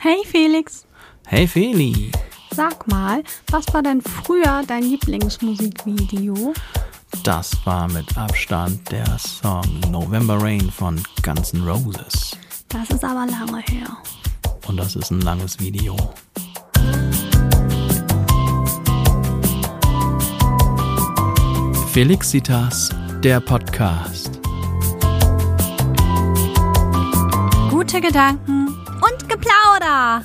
Hey Felix. Hey Feli. Sag mal, was war denn früher dein Lieblingsmusikvideo? Das war mit Abstand der Song November Rain von Guns N' Roses. Das ist aber lange her. Und das ist ein langes Video. Felixitas, der Podcast. Gute Gedanken und Geplauder.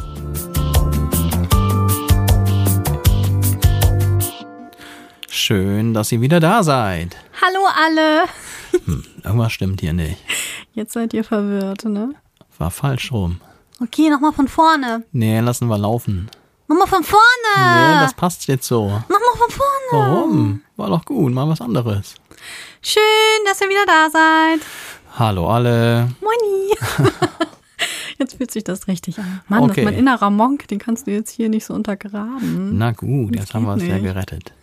Schön, dass ihr wieder da seid. Hallo alle. Irgendwas stimmt hier nicht. Jetzt seid ihr verwirrt, ne? War falsch rum. Okay, nochmal von vorne. Nee, lassen wir laufen. Nochmal von vorne. Nee, das passt jetzt so. Nochmal von vorne. Warum? War doch gut, mal was anderes. Schön, dass ihr wieder da seid. Hallo alle. Moini. Jetzt fühlt sich das richtig an. Mann, Okay. das ist mein innerer Monk, den kannst du jetzt hier nicht so untergraben. Na gut, jetzt haben wir es ja nicht. gerettet.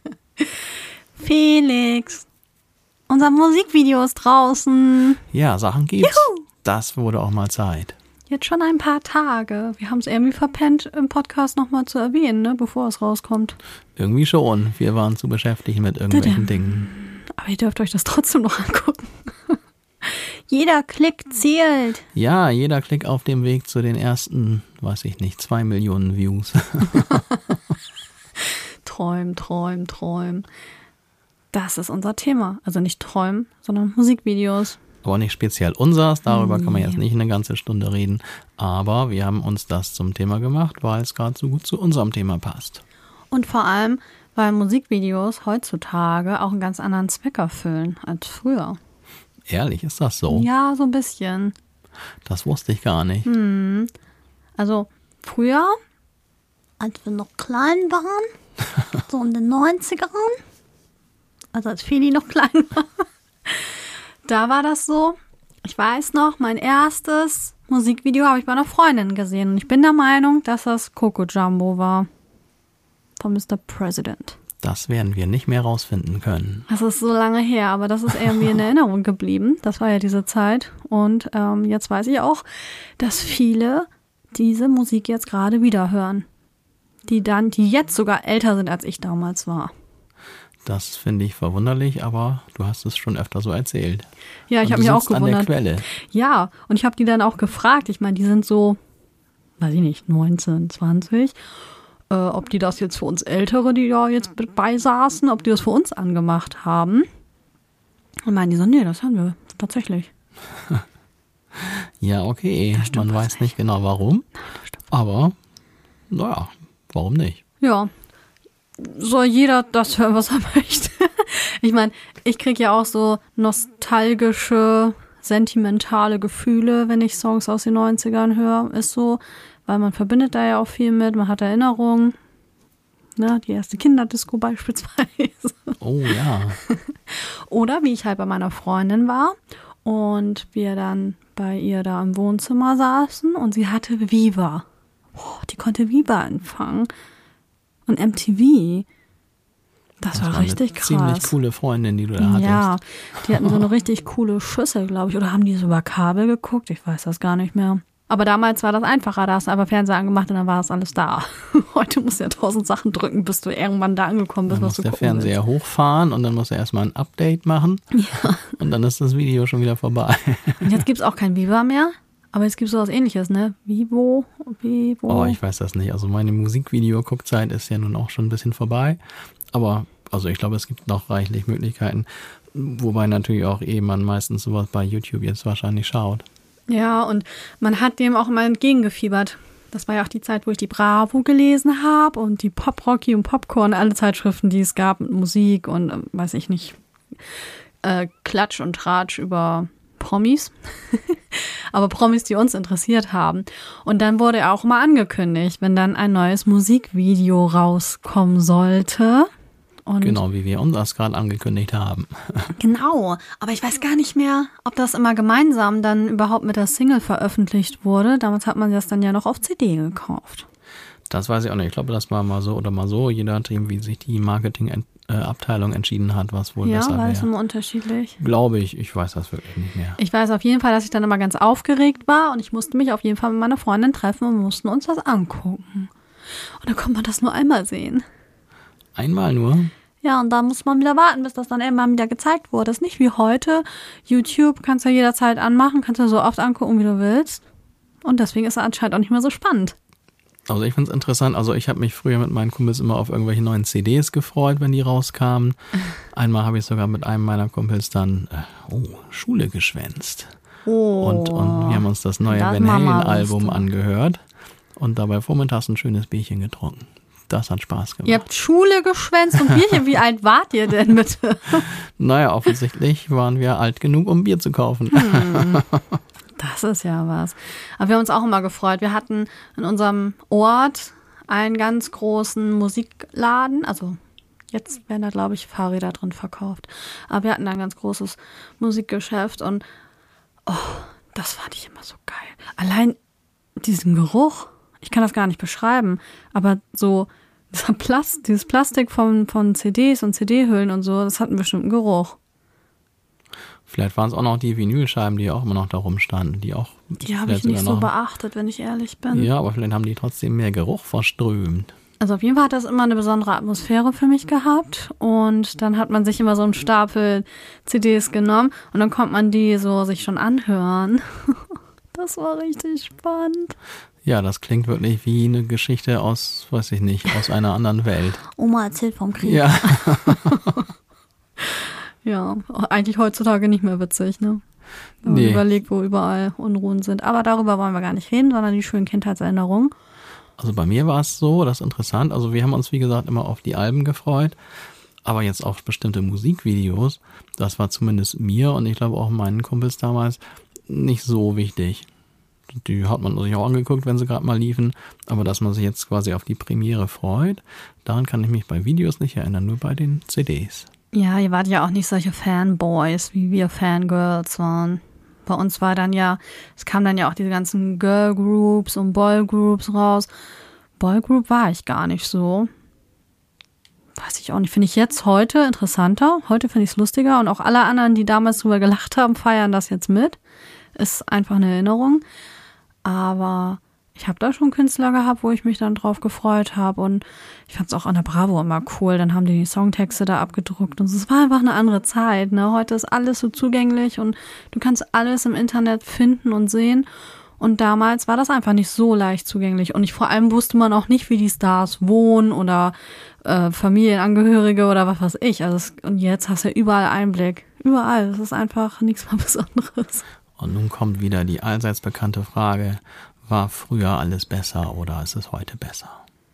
Felix, unser Musikvideo ist draußen. Ja, Sachen gibt's. Juhu. Das wurde auch mal Zeit. Jetzt schon ein paar Tage. Wir haben es irgendwie verpennt, im Podcast nochmal zu erwähnen, ne, bevor es rauskommt. Irgendwie schon. Wir waren zu beschäftigt mit irgendwelchen Dingen. Aber ihr dürft euch das trotzdem noch angucken. Jeder Klick zählt. Ja, jeder Klick auf dem Weg zu den ersten, weiß ich nicht, 2 Millionen Views. Träum. Das ist unser Thema. Also nicht träumen, sondern Musikvideos. Aber nicht speziell unseres, darüber kann man jetzt nicht eine ganze Stunde reden. Aber wir haben uns das zum Thema gemacht, weil es gerade so gut zu unserem Thema passt. Und vor allem, weil Musikvideos heutzutage auch einen ganz anderen Zweck erfüllen als früher. Ehrlich, ist das so? Ja, so ein bisschen. Das wusste ich gar nicht. Also früher, als wir noch klein waren, so in den 90ern, also als Feli noch klein war, da war das so. Ich weiß noch, mein erstes Musikvideo habe ich bei einer Freundin gesehen. Und ich bin der Meinung, dass das Coco Jumbo war. Von Mr. President. Das werden wir nicht mehr rausfinden können. Das ist so lange her, aber das ist irgendwie in Erinnerung geblieben. Das war ja diese Zeit. Und jetzt weiß ich auch, dass viele diese Musik jetzt gerade wieder hören. Die jetzt sogar älter sind, als ich damals war. Das finde ich verwunderlich, aber du hast es schon öfter so erzählt. Ja, ich Und habe du mich auch sitzt an der gewundert. Quelle. Ja, und ich habe die dann auch gefragt. Ich meine, die sind so, weiß ich nicht, 19, 20. Ob die das jetzt für uns Ältere, die da jetzt beisaßen, ob die das für uns angemacht haben. Und meinen die so, nee, das haben wir tatsächlich. Ja, okay. Man weiß nicht genau warum. Aber, naja, warum nicht? Ja, soll jeder das hören, was er möchte. Ich meine, ich kriege ja auch so nostalgische, sentimentale Gefühle, wenn ich Songs aus den 90ern höre. Ist so, weil man verbindet da ja auch viel mit, man hat Erinnerungen. Ne, die erste Kinderdisco beispielsweise. Oh ja. Oder wie ich halt bei meiner Freundin war und wir dann bei ihr da im Wohnzimmer saßen und sie hatte Viva. Die konnte Viva empfangen. Und MTV, das war richtig eine krass. Ziemlich coole Freundin, die du da hattest. Ja, die hatten so eine richtig coole Schüssel, glaube ich. Oder haben die so über Kabel geguckt? Ich weiß das gar nicht mehr. Aber damals war das einfacher. Da hast du einfach Fernseher angemacht und dann war es alles da. Heute musst du ja 1000 Sachen drücken, bis du irgendwann da angekommen bist, Dann was muss du der gucken Fernseher hochfahren und dann muss er erstmal ein Update machen. Ja. Und dann ist das Video schon wieder vorbei. Und jetzt gibt es auch kein Viva mehr. Aber jetzt gibt es sowas Ähnliches, ne? Vivo. Oh, ich weiß das nicht. Also meine Musikvideo-Guckzeit ist ja nun auch schon ein bisschen vorbei. Aber also ich glaube, es gibt noch reichlich Möglichkeiten. Wobei natürlich auch man meistens sowas bei YouTube jetzt wahrscheinlich schaut. Ja, und man hat dem auch immer entgegengefiebert. Das war ja auch die Zeit, wo ich die Bravo gelesen habe und die Pop Rocky und Popcorn, alle Zeitschriften, die es gab mit Musik und weiß ich nicht, Klatsch und Tratsch über Promis. Aber Promis, die uns interessiert haben. Und dann wurde auch mal angekündigt, wenn dann ein neues Musikvideo rauskommen sollte. Und Genau, wie wir uns das gerade angekündigt haben. Genau, aber ich weiß gar nicht mehr, ob das immer gemeinsam dann überhaupt mit der Single veröffentlicht wurde. Damals hat man das dann ja noch auf CD gekauft. Das weiß ich auch nicht. Ich glaube, das war mal so oder mal so, je nachdem, wie sich die Marketingabteilung entschieden hat, was wohl besser wäre. Ja, war das immer unterschiedlich? Glaube ich. Ich weiß das wirklich nicht mehr. Ich weiß auf jeden Fall, dass ich dann immer ganz aufgeregt war und ich musste mich auf jeden Fall mit meiner Freundin treffen und mussten uns das angucken. Und dann konnte man das nur einmal sehen. Einmal nur? Ja, und da muss man wieder warten, bis das dann irgendwann wieder gezeigt wurde. Das ist nicht wie heute. YouTube kannst du ja jederzeit anmachen, kannst du so oft angucken, wie du willst. Und deswegen ist es anscheinend auch nicht mehr so spannend. Also ich finde es interessant. Also ich habe mich früher mit meinen Kumpels immer auf irgendwelche neuen CDs gefreut, wenn die rauskamen. Einmal habe ich sogar mit einem meiner Kumpels dann Schule geschwänzt. Und wir haben uns das neue Van Halen-Album angehört und dabei vormittags ein schönes Bierchen getrunken. Das hat Spaß gemacht. Ihr habt Schule geschwänzt und Bierchen. Wie alt wart ihr denn bitte? Naja, offensichtlich waren wir alt genug, um Bier zu kaufen. Das ist ja was. Aber wir haben uns auch immer gefreut. Wir hatten in unserem Ort einen ganz großen Musikladen. Also jetzt werden da, glaube ich, Fahrräder drin verkauft. Aber wir hatten ein ganz großes Musikgeschäft und das fand ich immer so geil. Allein diesen Geruch, ich kann das gar nicht beschreiben, aber so dieses Plastik von CDs und CD-Hüllen und so, das hat einen bestimmten Geruch. Vielleicht waren es auch noch die Vinylscheiben, die auch immer noch da rumstanden. Die habe ich nicht so beachtet, wenn ich ehrlich bin. Ja, aber vielleicht haben die trotzdem mehr Geruch verströmt. Also auf jeden Fall hat das immer eine besondere Atmosphäre für mich gehabt. Und dann hat man sich immer so einen Stapel CDs genommen und dann konnte man die so sich schon anhören. Das war richtig spannend. Ja, das klingt wirklich wie eine Geschichte aus, weiß ich nicht, aus einer anderen Welt. Oma erzählt vom Krieg. Ja. Ja, eigentlich heutzutage nicht mehr witzig, ne? Wenn man überlegt, wo überall Unruhen sind. Aber darüber wollen wir gar nicht reden, sondern die schönen Kindheitserinnerungen. Also bei mir war es so, das ist interessant. Also wir haben uns, wie gesagt, immer auf die Alben gefreut. Aber jetzt auf bestimmte Musikvideos, das war zumindest mir und ich glaube auch meinen Kumpels damals nicht so wichtig. Die hat man sich auch angeguckt, wenn sie gerade mal liefen. Aber dass man sich jetzt quasi auf die Premiere freut, daran kann ich mich bei Videos nicht erinnern, nur bei den CDs. Ja, ihr wart ja auch nicht solche Fanboys, wie wir Fangirls waren. Bei uns war dann ja, es kamen dann ja auch diese ganzen Girlgroups und Boygroups raus. Boygroup war ich gar nicht so. Weiß ich auch nicht. Finde ich jetzt heute interessanter. Heute finde ich es lustiger. Und auch alle anderen, die damals drüber gelacht haben, feiern das jetzt mit. Ist einfach eine Erinnerung. Aber ich habe da schon Künstler gehabt, wo ich mich dann drauf gefreut habe. Und ich fand es auch an der Bravo immer cool. Dann haben die Songtexte da abgedruckt. Und es war einfach eine andere Zeit. Ne? Heute ist alles so zugänglich und du kannst alles im Internet finden und sehen. Und damals war das einfach nicht so leicht zugänglich. Und vor allem wusste man auch nicht, wie die Stars wohnen oder Familienangehörige oder was weiß ich. Und jetzt hast du ja überall Einblick. Überall. Das ist einfach nichts mehr Besonderes. Und nun kommt wieder die allseits bekannte Frage, war früher alles besser oder ist es heute besser?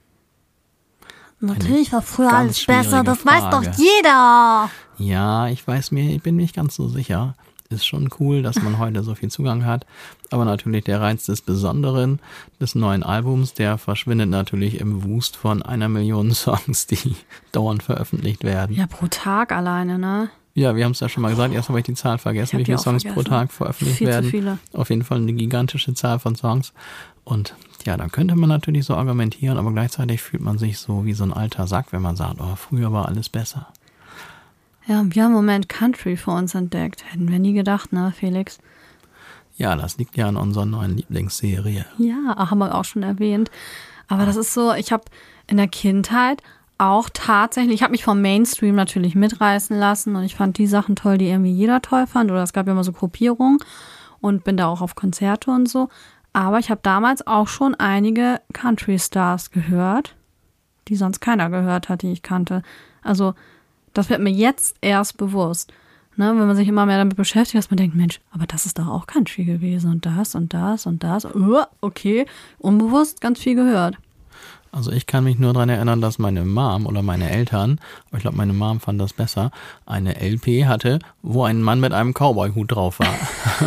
Natürlich war früher alles besser, das weiß doch jeder. Ja, ich bin nicht ganz so sicher. Ist schon cool, dass man heute so viel Zugang hat. Aber natürlich der Reiz des Besonderen des neuen Albums, der verschwindet natürlich im Wust von 1 Million Songs, die dauernd veröffentlicht werden. Ja, pro Tag alleine, ne? Ja, wir haben es ja schon mal gesagt, erst habe ich die Zahl vergessen, wie viele Songs pro Tag veröffentlicht werden. Viel zu viele. Auf jeden Fall eine gigantische Zahl von Songs. Und ja, da könnte man natürlich so argumentieren, aber gleichzeitig fühlt man sich so wie so ein alter Sack, wenn man sagt, früher war alles besser. Ja, wir haben im Moment Country für uns entdeckt. Hätten wir nie gedacht, ne, Felix? Ja, das liegt ja an unserer neuen Lieblingsserie. Ja, haben wir auch schon erwähnt. Aber das ist so, ich habe in der Kindheit auch tatsächlich, ich habe mich vom Mainstream natürlich mitreißen lassen und ich fand die Sachen toll, die irgendwie jeder toll fand. Oder es gab ja immer so Gruppierungen und bin da auch auf Konzerte und so. Aber ich habe damals auch schon einige Country-Stars gehört, die sonst keiner gehört hat, die ich kannte. Also das wird mir jetzt erst bewusst, ne? Wenn man sich immer mehr damit beschäftigt, dass man denkt, Mensch, aber das ist doch auch Country gewesen und das und das und das. Okay, unbewusst ganz viel gehört. Also ich kann mich nur daran erinnern, dass meine Mom oder meine Eltern, aber ich glaube meine Mom fand das besser, eine LP hatte, wo ein Mann mit einem Cowboy-Hut drauf war.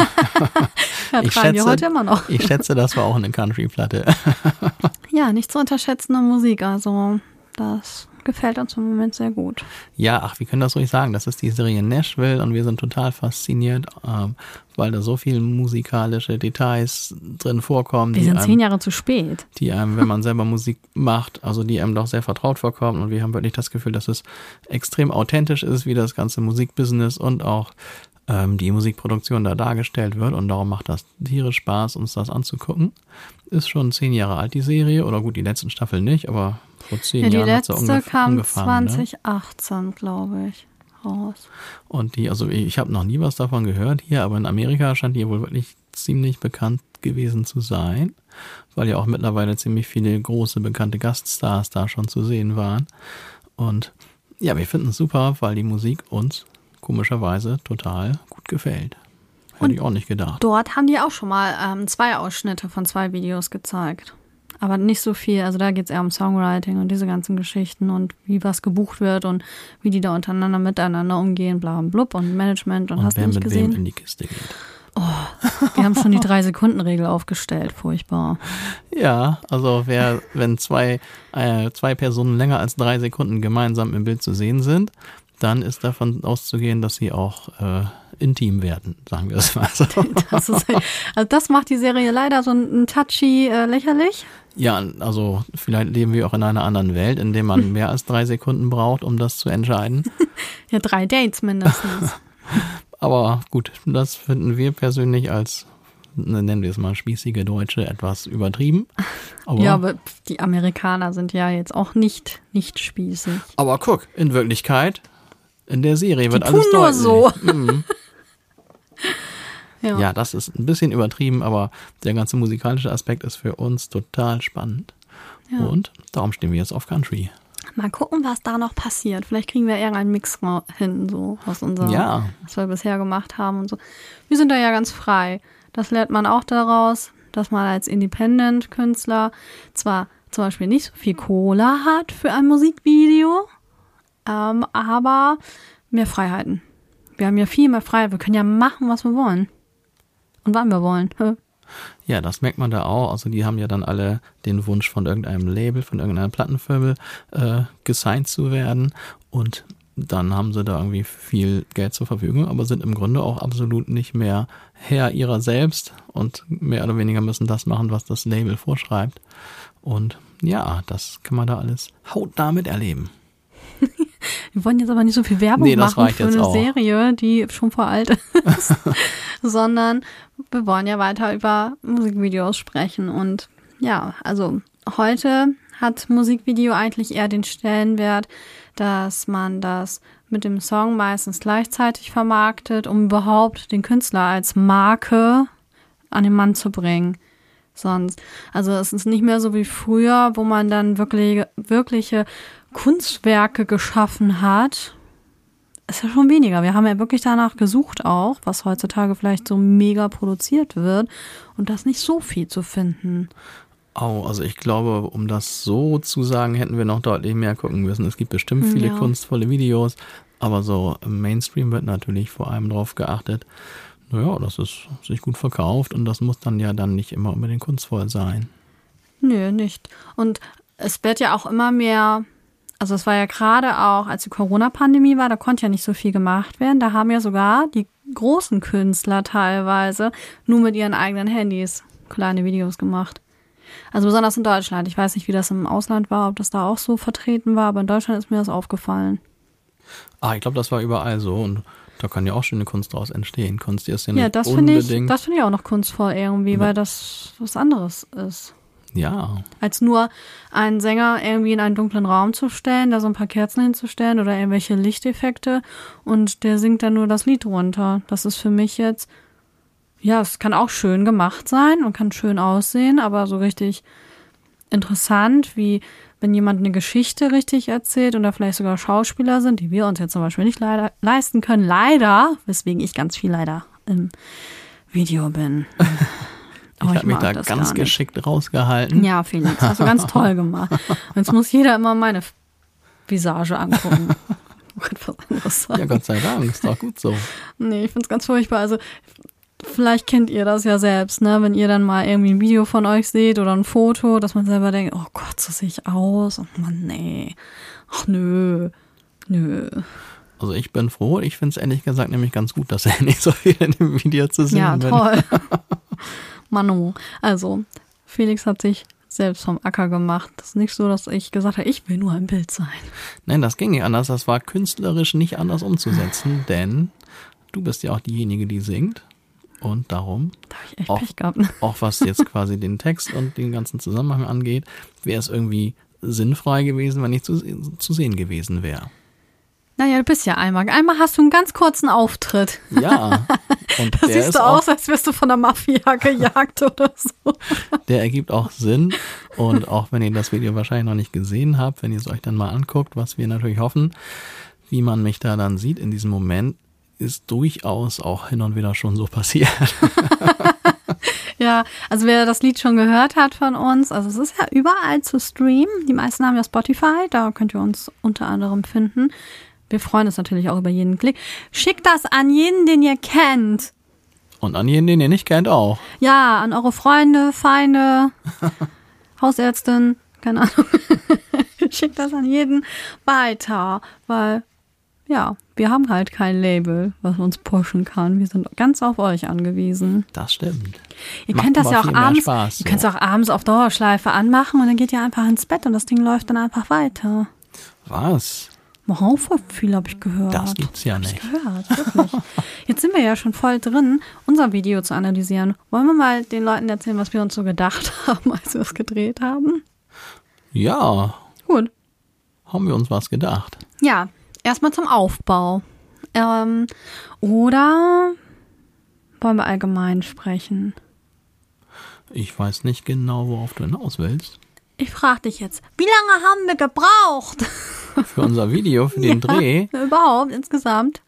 Ja, tragen wir heute immer noch. Ich schätze, das war auch eine Country-Platte. Ja, nicht zu unterschätzende Musik, also das gefällt uns im Moment sehr gut. Ja, wir können das ruhig sagen. Das ist die Serie Nashville und wir sind total fasziniert, weil da so viele musikalische Details drin vorkommen. Wir sind 10 Jahre zu spät. Die einem, wenn man selber Musik macht, also die einem doch sehr vertraut vorkommen. Und wir haben wirklich das Gefühl, dass es extrem authentisch ist, wie das ganze Musikbusiness und auch die Musikproduktion da dargestellt wird. Und darum macht das tierisch Spaß, uns das anzugucken. Ist schon 10 Jahre alt, die Serie. Oder gut, die letzten Staffeln nicht, aber vor 10 Jahren hat sie ungefähr kam angefangen. 2018, glaube ich, raus. Und ich habe noch nie was davon gehört hier, aber in Amerika scheint die wohl wirklich ziemlich bekannt gewesen zu sein, weil ja auch mittlerweile ziemlich viele große, bekannte Gaststars da schon zu sehen waren. Und ja, wir finden es super, weil die Musik uns komischerweise total gut gefällt. Hätte ich auch nicht gedacht. Dort haben die auch schon mal 2 Ausschnitte von 2 Videos gezeigt. Aber nicht so viel. Also da geht es eher um Songwriting und diese ganzen Geschichten und wie was gebucht wird und wie die da untereinander miteinander umgehen, bla und blub und Management und hast du nicht gesehen. Wer mit wem in die Kiste geht. Wir haben schon die 3-Sekunden-Regel aufgestellt. Furchtbar. Ja, also wenn zwei Personen länger als 3 Sekunden gemeinsam im Bild zu sehen sind, dann ist davon auszugehen, dass sie auch intim werden, sagen wir es mal so. Das macht die Serie leider so ein touchy lächerlich. Ja, also vielleicht leben wir auch in einer anderen Welt, in der man mehr als 3 Sekunden braucht, um das zu entscheiden. Ja, 3 Dates mindestens. Aber gut, das finden wir persönlich als, nennen wir es mal, spießige Deutsche etwas übertrieben. Aber die Amerikaner sind ja jetzt auch nicht spießig. Aber guck, in Wirklichkeit, in der Serie wird die alles tun deutlich. Nur so. Mhm. Ja, das ist ein bisschen übertrieben, aber der ganze musikalische Aspekt ist für uns total spannend. Ja. Und darum stehen wir jetzt auf Country. Mal gucken, was da noch passiert. Vielleicht kriegen wir irgendeinen Mix hin, so aus unserem, was wir bisher gemacht haben und so. Wir sind da ja ganz frei. Das lernt man auch daraus, dass man als Independent-Künstler zwar zum Beispiel nicht so viel Kohle hat für ein Musikvideo, aber mehr Freiheiten. Wir haben ja viel mehr Freiheit. Wir können ja machen, was wir wollen. Und wann wir wollen. Ja, das merkt man da auch. Also die haben ja dann alle den Wunsch von irgendeinem Label, von irgendeiner Plattenfirma gesigned zu werden. Und dann haben sie da irgendwie viel Geld zur Verfügung, aber sind im Grunde auch absolut nicht mehr Herr ihrer selbst und mehr oder weniger müssen das machen, was das Label vorschreibt. Und ja, das kann man da alles hautnah miterleben. Wir wollen jetzt aber nicht so viel Werbung machen für eine Serie, die schon veralt ist, sondern wir wollen ja weiter über Musikvideos sprechen. Und ja, also heute hat Musikvideo eigentlich eher den Stellenwert, dass man das mit dem Song meistens gleichzeitig vermarktet, um überhaupt den Künstler als Marke an den Mann zu bringen. Also es ist nicht mehr so wie früher, wo man dann wirkliche Kunstwerke geschaffen hat. Ist ja schon weniger. Wir haben ja wirklich danach gesucht auch, was heutzutage vielleicht so mega produziert wird und das nicht so viel zu finden. Also ich glaube, um das so zu sagen, hätten wir noch deutlich mehr gucken müssen. Es gibt bestimmt viele kunstvolle Videos, aber so im Mainstream wird natürlich vor allem drauf geachtet, naja, dass es sich gut verkauft und das muss dann ja dann nicht immer unbedingt kunstvoll sein. Nö, nicht. Und es wird ja auch immer mehr, also es war ja gerade auch, als die Corona-Pandemie war, da konnte ja nicht so viel gemacht werden. Da haben ja sogar die großen Künstler teilweise nur mit ihren eigenen Handys kleine Videos gemacht. Also besonders in Deutschland. Ich weiß nicht, wie das im Ausland war, ob das da auch so vertreten war, aber in Deutschland ist mir das aufgefallen. Ich glaube, das war überall so und da kann ja auch schöne Kunst daraus entstehen. Kunst ist ja nicht das unbedingt... Ja, das finde ich auch noch kunstvoll irgendwie, weil das was anderes ist. Ja. Als nur einen Sänger irgendwie in einen dunklen Raum zu stellen, da so ein paar Kerzen hinzustellen oder irgendwelche Lichteffekte und der singt dann nur das Lied runter. Das ist für mich jetzt, ja, es kann auch schön gemacht sein und kann schön aussehen, aber so richtig interessant, wie wenn jemand eine Geschichte richtig erzählt und da vielleicht sogar Schauspieler sind, die wir uns jetzt zum Beispiel nicht leisten können. Leider, weswegen ich ganz viel leider im Video bin. Ich habe mich da ganz geschickt rausgehalten. Ja, Felix, hast du ganz toll gemacht. Und jetzt muss jeder immer meine Visage angucken. Oh Gott, was anderes sagen. Ja, Gott sei Dank, ist doch gut so. Nee, ich finde es ganz furchtbar. Also Vielleicht kennt ihr das ja selbst, ne? Wenn ihr dann mal irgendwie ein Video von euch seht oder ein Foto, dass man selber denkt, oh Gott, so sehe ich aus. Oh Mann, nee. Ach nö. Also ich bin froh. Ich finde es ehrlich gesagt nämlich ganz gut, dass er nicht so viel in dem Video zu sehen bin. Ja, toll. Manu. Also, Felix hat sich selbst vom Acker gemacht. Das ist nicht so, dass ich gesagt habe, ich will nur ein Bild sein. Nein, das ging nicht anders. Das war künstlerisch nicht anders umzusetzen, denn du bist ja auch diejenige, die singt. Und darum, da habe ich echt Pech gehabt, ne? Auch was jetzt quasi den Text und den ganzen Zusammenhang angeht, wäre es irgendwie sinnfrei gewesen, wenn ich zu sehen gewesen wäre. Naja, du bist ja einmal. Einmal hast du einen ganz kurzen Auftritt. Ja. Und da siehst du aus, als wärst du von der Mafia gejagt oder so. Der ergibt auch Sinn. Und auch wenn ihr das Video wahrscheinlich noch nicht gesehen habt, wenn ihr es euch dann mal anguckt, was wir natürlich hoffen, wie man mich da dann sieht in diesem Moment, ist durchaus auch hin und wieder schon so passiert. Ja, also wer das Lied schon gehört hat von uns, also es ist ja überall zu streamen. Die meisten haben ja Spotify, da könnt ihr uns unter anderem finden. Wir freuen uns natürlich auch über jeden Klick. Schickt das an jeden, den ihr kennt. Und an jeden, den ihr nicht kennt, auch. Ja, an eure Freunde, Feinde, Hausärztin, keine Ahnung. Schickt das an jeden weiter, weil ja, wir haben halt kein Label, was uns pushen kann. Wir sind ganz auf euch angewiesen. Das stimmt. Ihr könnt das ja auch abends, ihr könnt es auch abends auf Dauerschleife anmachen und dann geht ihr einfach ins Bett und das Ding läuft dann einfach weiter. Was? Wow, voll viel habe ich gehört. Das gibt's ja nicht. Gehört, wirklich. Jetzt sind wir ja schon voll drin, unser Video zu analysieren. Wollen wir mal den Leuten erzählen, was wir uns so gedacht haben, als wir es gedreht haben? Ja. Gut. Haben wir uns was gedacht? Ja, erstmal zum Aufbau. Oder wollen wir allgemein sprechen? Ich weiß nicht genau, worauf du hinaus willst. Ich frage dich jetzt, wie lange haben wir gebraucht? Für unser Video, für den Dreh? Überhaupt, insgesamt.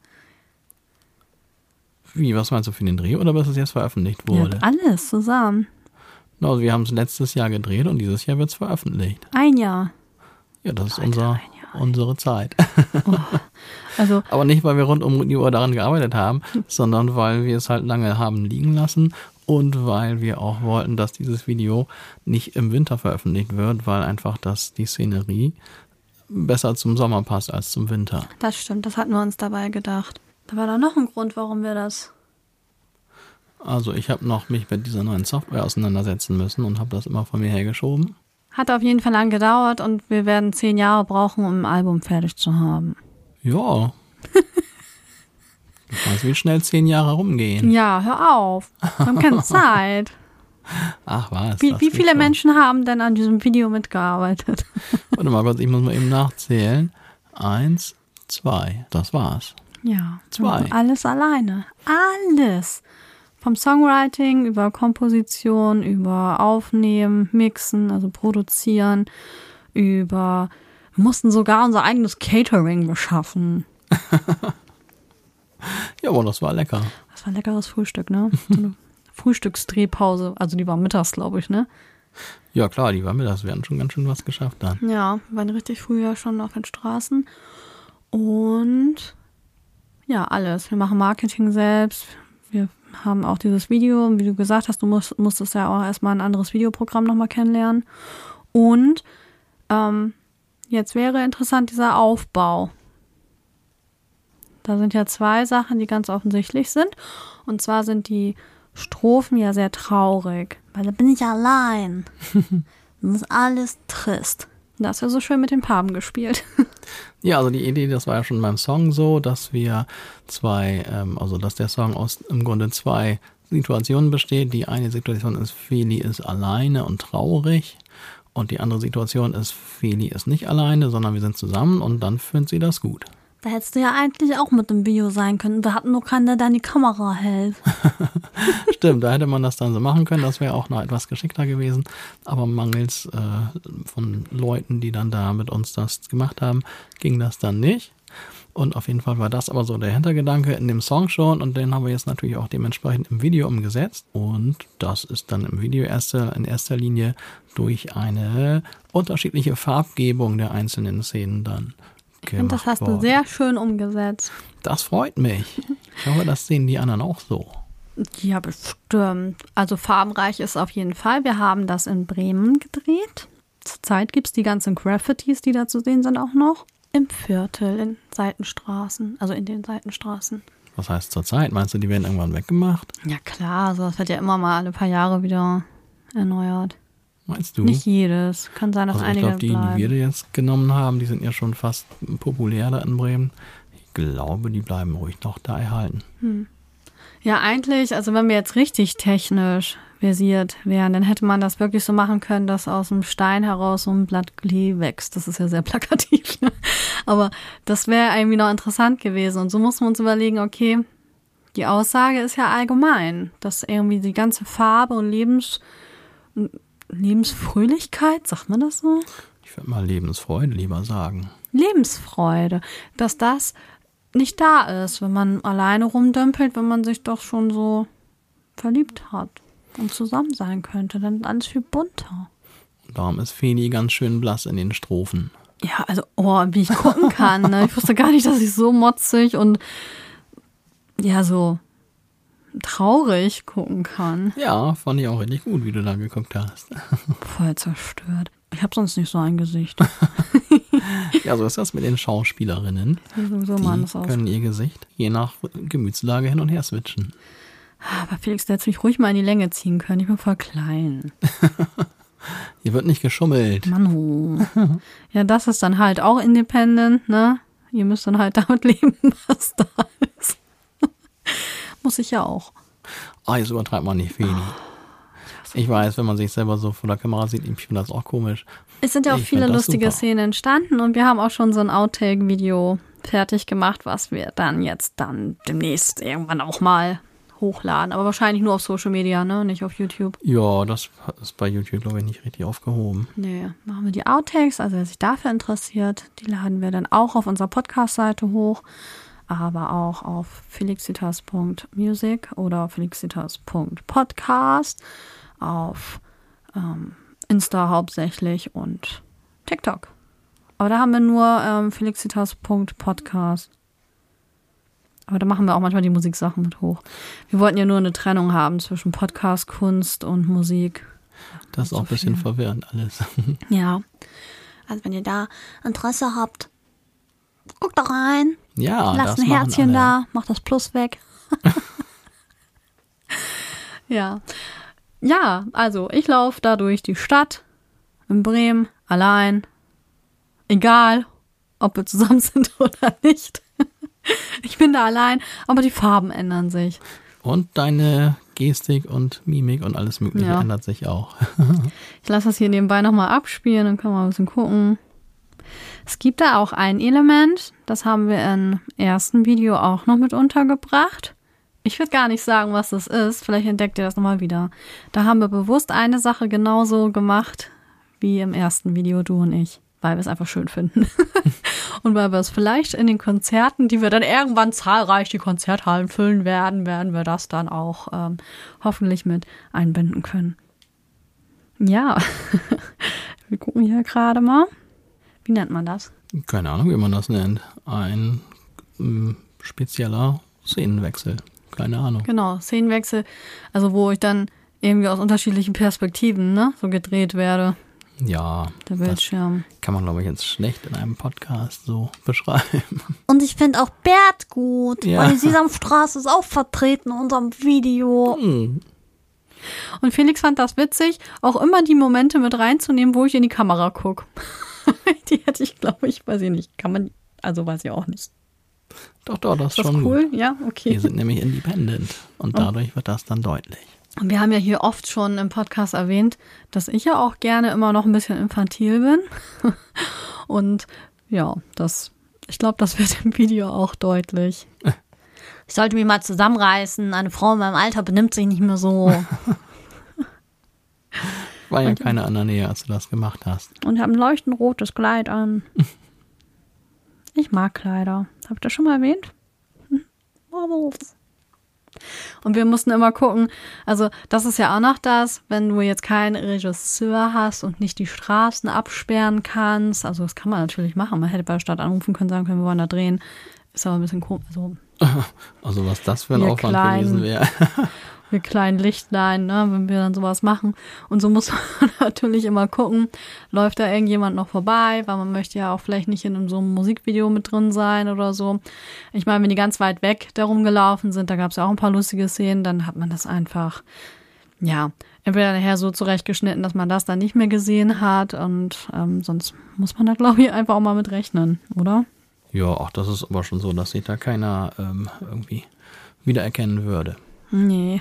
Wie, was meinst du, für den Dreh oder bis es jetzt veröffentlicht wurde? Ja, alles zusammen. Also wir haben es letztes Jahr gedreht und dieses Jahr wird es veröffentlicht. Ein Jahr. Ja, das ist unsere Zeit. Oh, also, aber nicht, weil wir rund um die Uhr daran gearbeitet haben, sondern weil wir es halt lange haben liegen lassen und weil wir auch wollten, dass dieses Video nicht im Winter veröffentlicht wird, weil einfach die Szenerie besser zum Sommer passt als zum Winter. Das stimmt, das hatten wir uns dabei gedacht. Da war da noch ein Grund, warum wir das... Also ich habe noch mich mit dieser neuen Software auseinandersetzen müssen und habe das immer von mir hergeschoben. Hat auf jeden Fall lang gedauert und wir werden 10 Jahre brauchen, um ein Album fertig zu haben. Ja. Du weißt, wie schnell 10 Jahre rumgehen. Ja, hör auf. Wir haben keine Zeit. Ach was. Wie viele Menschen haben denn an diesem Video mitgearbeitet? Warte mal kurz, ich muss mal eben nachzählen. 1, 2, das war's. Ja. 2. Alles alleine. Alles. Vom Songwriting über Komposition, über Aufnehmen, Mixen, also produzieren, wir mussten sogar unser eigenes Catering beschaffen. Ja, aber das war lecker. Das war ein leckeres Frühstück, ne? So eine Frühstücksdrehpause, also die war mittags, glaube ich, ne? Ja klar, die war mittags, wir hatten schon ganz schön was geschafft dann. Ja, wir waren richtig früh ja schon auf den Straßen und ja, alles. Wir machen Marketing selbst, wir haben auch dieses Video, und wie du gesagt hast, du musstest ja auch erstmal ein anderes Videoprogramm nochmal kennenlernen und jetzt wäre interessant dieser Aufbau. Da sind ja 2 Sachen, die ganz offensichtlich sind. Und zwar sind die Strophen ja sehr traurig. Weil da bin ich allein. Das ist alles trist. Da hast du ja so schön mit den Farben gespielt. Ja, also die Idee, das war ja schon beim Song so, dass wir dass der Song aus im Grunde 2 Situationen besteht. Die eine Situation ist, Feli ist alleine und traurig. Und die andere Situation ist, Feli ist nicht alleine, sondern wir sind zusammen und dann findet sie das gut. Da hättest du ja eigentlich auch mit dem Video sein können. Da hat nur keiner, der an die Kamera hält. Stimmt, da hätte man das dann so machen können. Das wäre auch noch etwas geschickter gewesen. Aber mangels von Leuten, die dann da mit uns das gemacht haben, ging das dann nicht. Und auf jeden Fall war das aber so der Hintergedanke in dem Song schon. Und den haben wir jetzt natürlich auch dementsprechend im Video umgesetzt. Und das ist dann im Video in erster Linie durch eine unterschiedliche Farbgebung der einzelnen Szenen dann. Ich finde, das hast du sehr schön umgesetzt. Das freut mich. Ich hoffe, das sehen die anderen auch so. Ja, bestimmt. Also farbenreich ist auf jeden Fall. Wir haben das in Bremen gedreht. Zurzeit gibt es die ganzen Graffitis, die da zu sehen sind, auch noch. Im Viertel, in Seitenstraßen, also in den Seitenstraßen. Was heißt zurzeit? Meinst du, die werden irgendwann weggemacht? Ja klar, also das wird ja immer mal alle paar Jahre wieder erneuert. Meinst du? Nicht jedes. Kann sein, dass Also ich einige glaube, die bleiben. wir jetzt genommen haben, die sind ja schon fast populär da in Bremen. Ich glaube, die bleiben ruhig noch da erhalten. Ja, eigentlich, also wenn wir jetzt richtig technisch versiert wären, dann hätte man das wirklich so machen können, dass aus dem Stein heraus so ein Blatt Klee wächst. Das ist ja sehr plakativ. Ne? Aber das wäre irgendwie noch interessant gewesen. Und so muss man uns überlegen, okay, die Aussage ist ja allgemein, dass irgendwie die ganze Farbe und Lebensfröhlichkeit, sagt man das so? Ich würde mal Lebensfreude lieber sagen. Lebensfreude, dass das nicht da ist, wenn man alleine rumdümpelt, wenn man sich doch schon so verliebt hat und zusammen sein könnte, dann ist alles viel bunter. Und darum ist Feni ganz schön blass in den Strophen. Ja, also, wie ich gucken kann. Ne? Ich wusste gar nicht, dass ich so motzig und ja, so traurig gucken kann. Ja, fand ich auch richtig gut, wie du da geguckt hast. Voll zerstört. Ich habe sonst nicht so ein Gesicht. Ja, so ist das mit den Schauspielerinnen. So machen das Die aus. können ihr Gesicht je nach Gemütslage hin und her switchen. Aber Felix, der hätte mich ruhig mal in die Länge ziehen können. Ich bin voll klein. Hier wird nicht geschummelt. Manu. Ja, das ist dann halt auch independent, ne? Ihr müsst dann halt damit leben, was da ist. Muss ich ja auch. Jetzt übertreibt man nicht, Feni. Ich weiß, wenn man sich selber so vor der Kamera sieht, ich finde das auch komisch. Es sind ja auch Ich viele find das lustige super. Szenen entstanden und wir haben auch schon so ein Outtake-Video fertig gemacht, was wir dann demnächst irgendwann auch mal hochladen. Aber wahrscheinlich nur auf Social Media, ne? Nicht auf YouTube. Ja, das ist bei YouTube, glaube ich, nicht richtig aufgehoben. Nee, machen wir die Outtakes. Also wer sich dafür interessiert, die laden wir dann auch auf unserer Podcast-Seite hoch. Aber auch auf felixitas.music oder felixitas.podcast, auf Insta hauptsächlich und TikTok. Aber da haben wir nur felixitas.podcast. Aber da machen wir auch manchmal die Musiksachen mit hoch. Wir wollten ja nur eine Trennung haben zwischen Podcast, Kunst und Musik. Das ist auch ein bisschen verwirrend alles. Ja. Also wenn ihr da Interesse habt, guckt da rein. Ja, Lasst das ein machen Herzchen alle. da, macht das Plus weg. Ja. Ja, also ich laufe da durch die Stadt in Bremen allein. Egal, ob wir zusammen sind oder nicht. Ich bin da allein, aber die Farben ändern sich. Und deine Gestik und Mimik und alles Mögliche Ja. ändert sich auch. Ich lasse das hier nebenbei nochmal abspielen, dann können wir ein bisschen gucken. Es gibt da auch ein Element, das haben wir im ersten Video auch noch mit untergebracht. Ich würde gar nicht sagen, was das ist. Vielleicht entdeckt ihr das nochmal wieder. Da haben wir bewusst eine Sache genauso gemacht wie im ersten Video, du und ich. Weil wir es einfach schön finden. Und weil wir es vielleicht in den Konzerten, die wir dann irgendwann zahlreich die Konzerthallen füllen werden wir das dann auch hoffentlich mit einbinden können. Ja, wir gucken hier gerade mal. Wie nennt man das? Keine Ahnung, wie man das nennt. Ein spezieller Szenenwechsel. Keine Ahnung. Genau, Szenenwechsel, also wo ich dann irgendwie aus unterschiedlichen Perspektiven, ne, so gedreht werde, Ja, der das Bildschirm. kann man, glaube ich, jetzt schlecht in einem Podcast so beschreiben. Und ich finde auch Bert gut, Ja. weil die Sesamstraße ist auch vertreten in unserem Video. Und Felix fand das witzig, auch immer die Momente mit reinzunehmen, wo ich in die Kamera gucke. Die hätte ich, glaube ich, weiß ich nicht, weiß ich auch nicht. Doch, das ist Ist das schon cool? gut. Ja, okay. Wir sind nämlich independent und dadurch wird das dann deutlich. Und wir haben ja hier oft schon im Podcast erwähnt, dass ich ja auch gerne immer noch ein bisschen infantil bin. Und ja, ich glaube, das wird im Video auch deutlich. Ich sollte mich mal zusammenreißen. Eine Frau in meinem Alter benimmt sich nicht mehr so. War ja keiner an der Nähe, als du das gemacht hast. Und ich habe ein leuchtend rotes Kleid an. Ich mag Kleider. Habe ich das schon mal erwähnt? Und wir mussten immer gucken, also das ist ja auch noch das, wenn du jetzt keinen Regisseur hast und nicht die Straßen absperren kannst, also das kann man natürlich machen, man hätte bei der Stadt anrufen können, sagen können, wir wollen da drehen, ist aber ein bisschen komisch, also Also was das für ein Wir Aufwand kleinen- gewesen wäre. Wir kleinen Lichtlein, ne, wenn wir dann sowas machen. Und so muss man natürlich immer gucken, läuft da irgendjemand noch vorbei, weil man möchte ja auch vielleicht nicht in so einem Musikvideo mit drin sein oder so. Ich meine, wenn die ganz weit weg darum gelaufen sind, da gab es ja auch ein paar lustige Szenen, dann hat man das einfach, ja, entweder nachher so zurechtgeschnitten, dass man das dann nicht mehr gesehen hat und sonst muss man da, glaube ich, einfach auch mal mit rechnen, oder? Ja, auch das ist aber schon so, dass sich da keiner irgendwie wiedererkennen würde. Nee.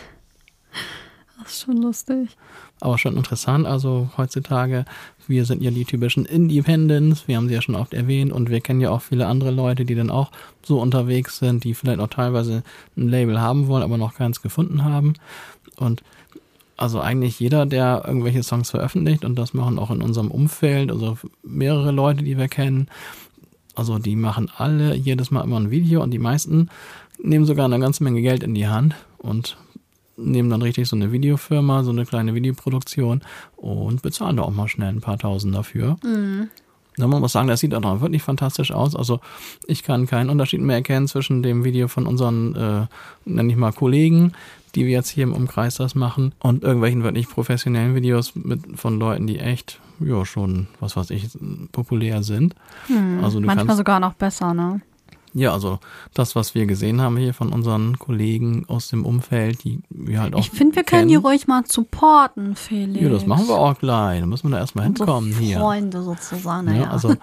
Das ist schon lustig. Aber schon interessant, also heutzutage, wir sind ja die typischen Independents, wir haben sie ja schon oft erwähnt und wir kennen ja auch viele andere Leute, die dann auch so unterwegs sind, die vielleicht auch teilweise ein Label haben wollen, aber noch keins gefunden haben. Und also eigentlich jeder, der irgendwelche Songs veröffentlicht, und das machen auch in unserem Umfeld, also mehrere Leute, die wir kennen, also die machen alle jedes Mal immer ein Video und die meisten nehmen sogar eine ganze Menge Geld in die Hand und nehmen dann richtig so eine Videofirma, so eine kleine Videoproduktion und bezahlen da auch mal schnell ein paar Tausend dafür. Ja, man muss sagen, das sieht auch wirklich fantastisch aus. Also ich kann keinen Unterschied mehr erkennen zwischen dem Video von unseren, nenne ich mal Kollegen, die wir jetzt hier im Umkreis das machen, und irgendwelchen wirklich professionellen Videos von Leuten, die echt, ja schon, was weiß ich, populär sind. Also du Manchmal kannst, sogar noch besser, ne? ja, also das, was wir gesehen haben hier von unseren Kollegen aus dem Umfeld, die wir halt auch Ich finde, wir können die ruhig mal supporten, Felix. Ja, das machen wir auch gleich. Da müssen wir da erstmal Unsere hinkommen hier. Freunde sozusagen, Ja, naja. also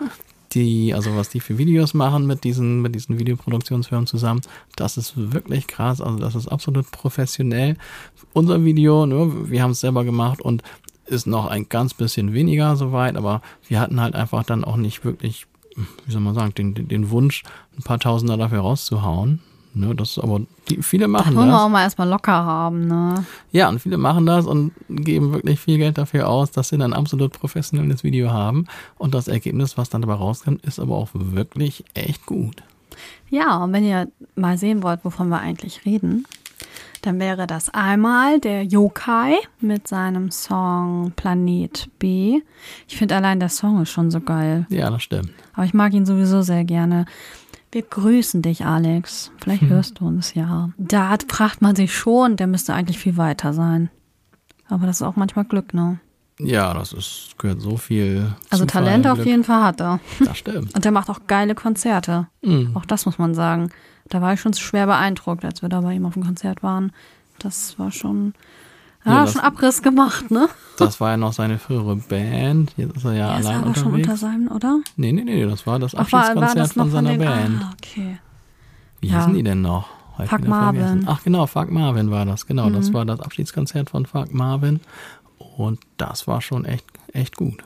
was die für Videos machen mit diesen Videoproduktionsfirmen zusammen, das ist wirklich krass. Also das ist absolut professionell. Unser Video, ne, wir haben es selber gemacht und ist noch ein ganz bisschen weniger soweit, aber wir hatten halt einfach dann auch nicht wirklich, wie soll man sagen, den Wunsch, ein paar Tausender dafür rauszuhauen. Ne, das ist aber, viele machen Wollen wir das. auch mal erstmal locker haben, ne? Ja, und viele machen das und geben wirklich viel Geld dafür aus, dass sie dann ein absolut professionelles Video haben. Und das Ergebnis, was dann dabei rauskommt, ist aber auch wirklich echt gut. Ja, und wenn ihr mal sehen wollt, wovon wir eigentlich reden, dann wäre das einmal der Yokai mit seinem Song Planet B. Ich finde allein der Song ist schon so geil. Ja, das stimmt. Aber ich mag ihn sowieso sehr gerne. Wir grüßen dich, Alex. Vielleicht hörst du uns ja. Da fragt man sich schon, der müsste eigentlich viel weiter sein. Aber das ist auch manchmal Glück, ne? Ja, gehört so viel Also Zufall, Talent auf Glück. jeden Fall hat er. Das stimmt. Und der macht auch geile Konzerte. Auch das muss man sagen. Da war ich schon schwer beeindruckt, als wir da bei ihm auf dem Konzert waren. Das war schon, schon Abriss gemacht, ne? Das war ja noch seine frühere Band. Jetzt ist er ja Er ist allein aber schon unter unterwegs. seinem, oder? Nee, das war das Ach, war Abschiedskonzert das noch von seiner den, Band. Ah, okay. Wie Ja. hießen die denn noch? Hab ich Fuck wieder Marvin. vergessen. Ach genau, Fuck Marvin war das. Genau, das war das Abschiedskonzert von Fuck Marvin. Und das war schon echt gut.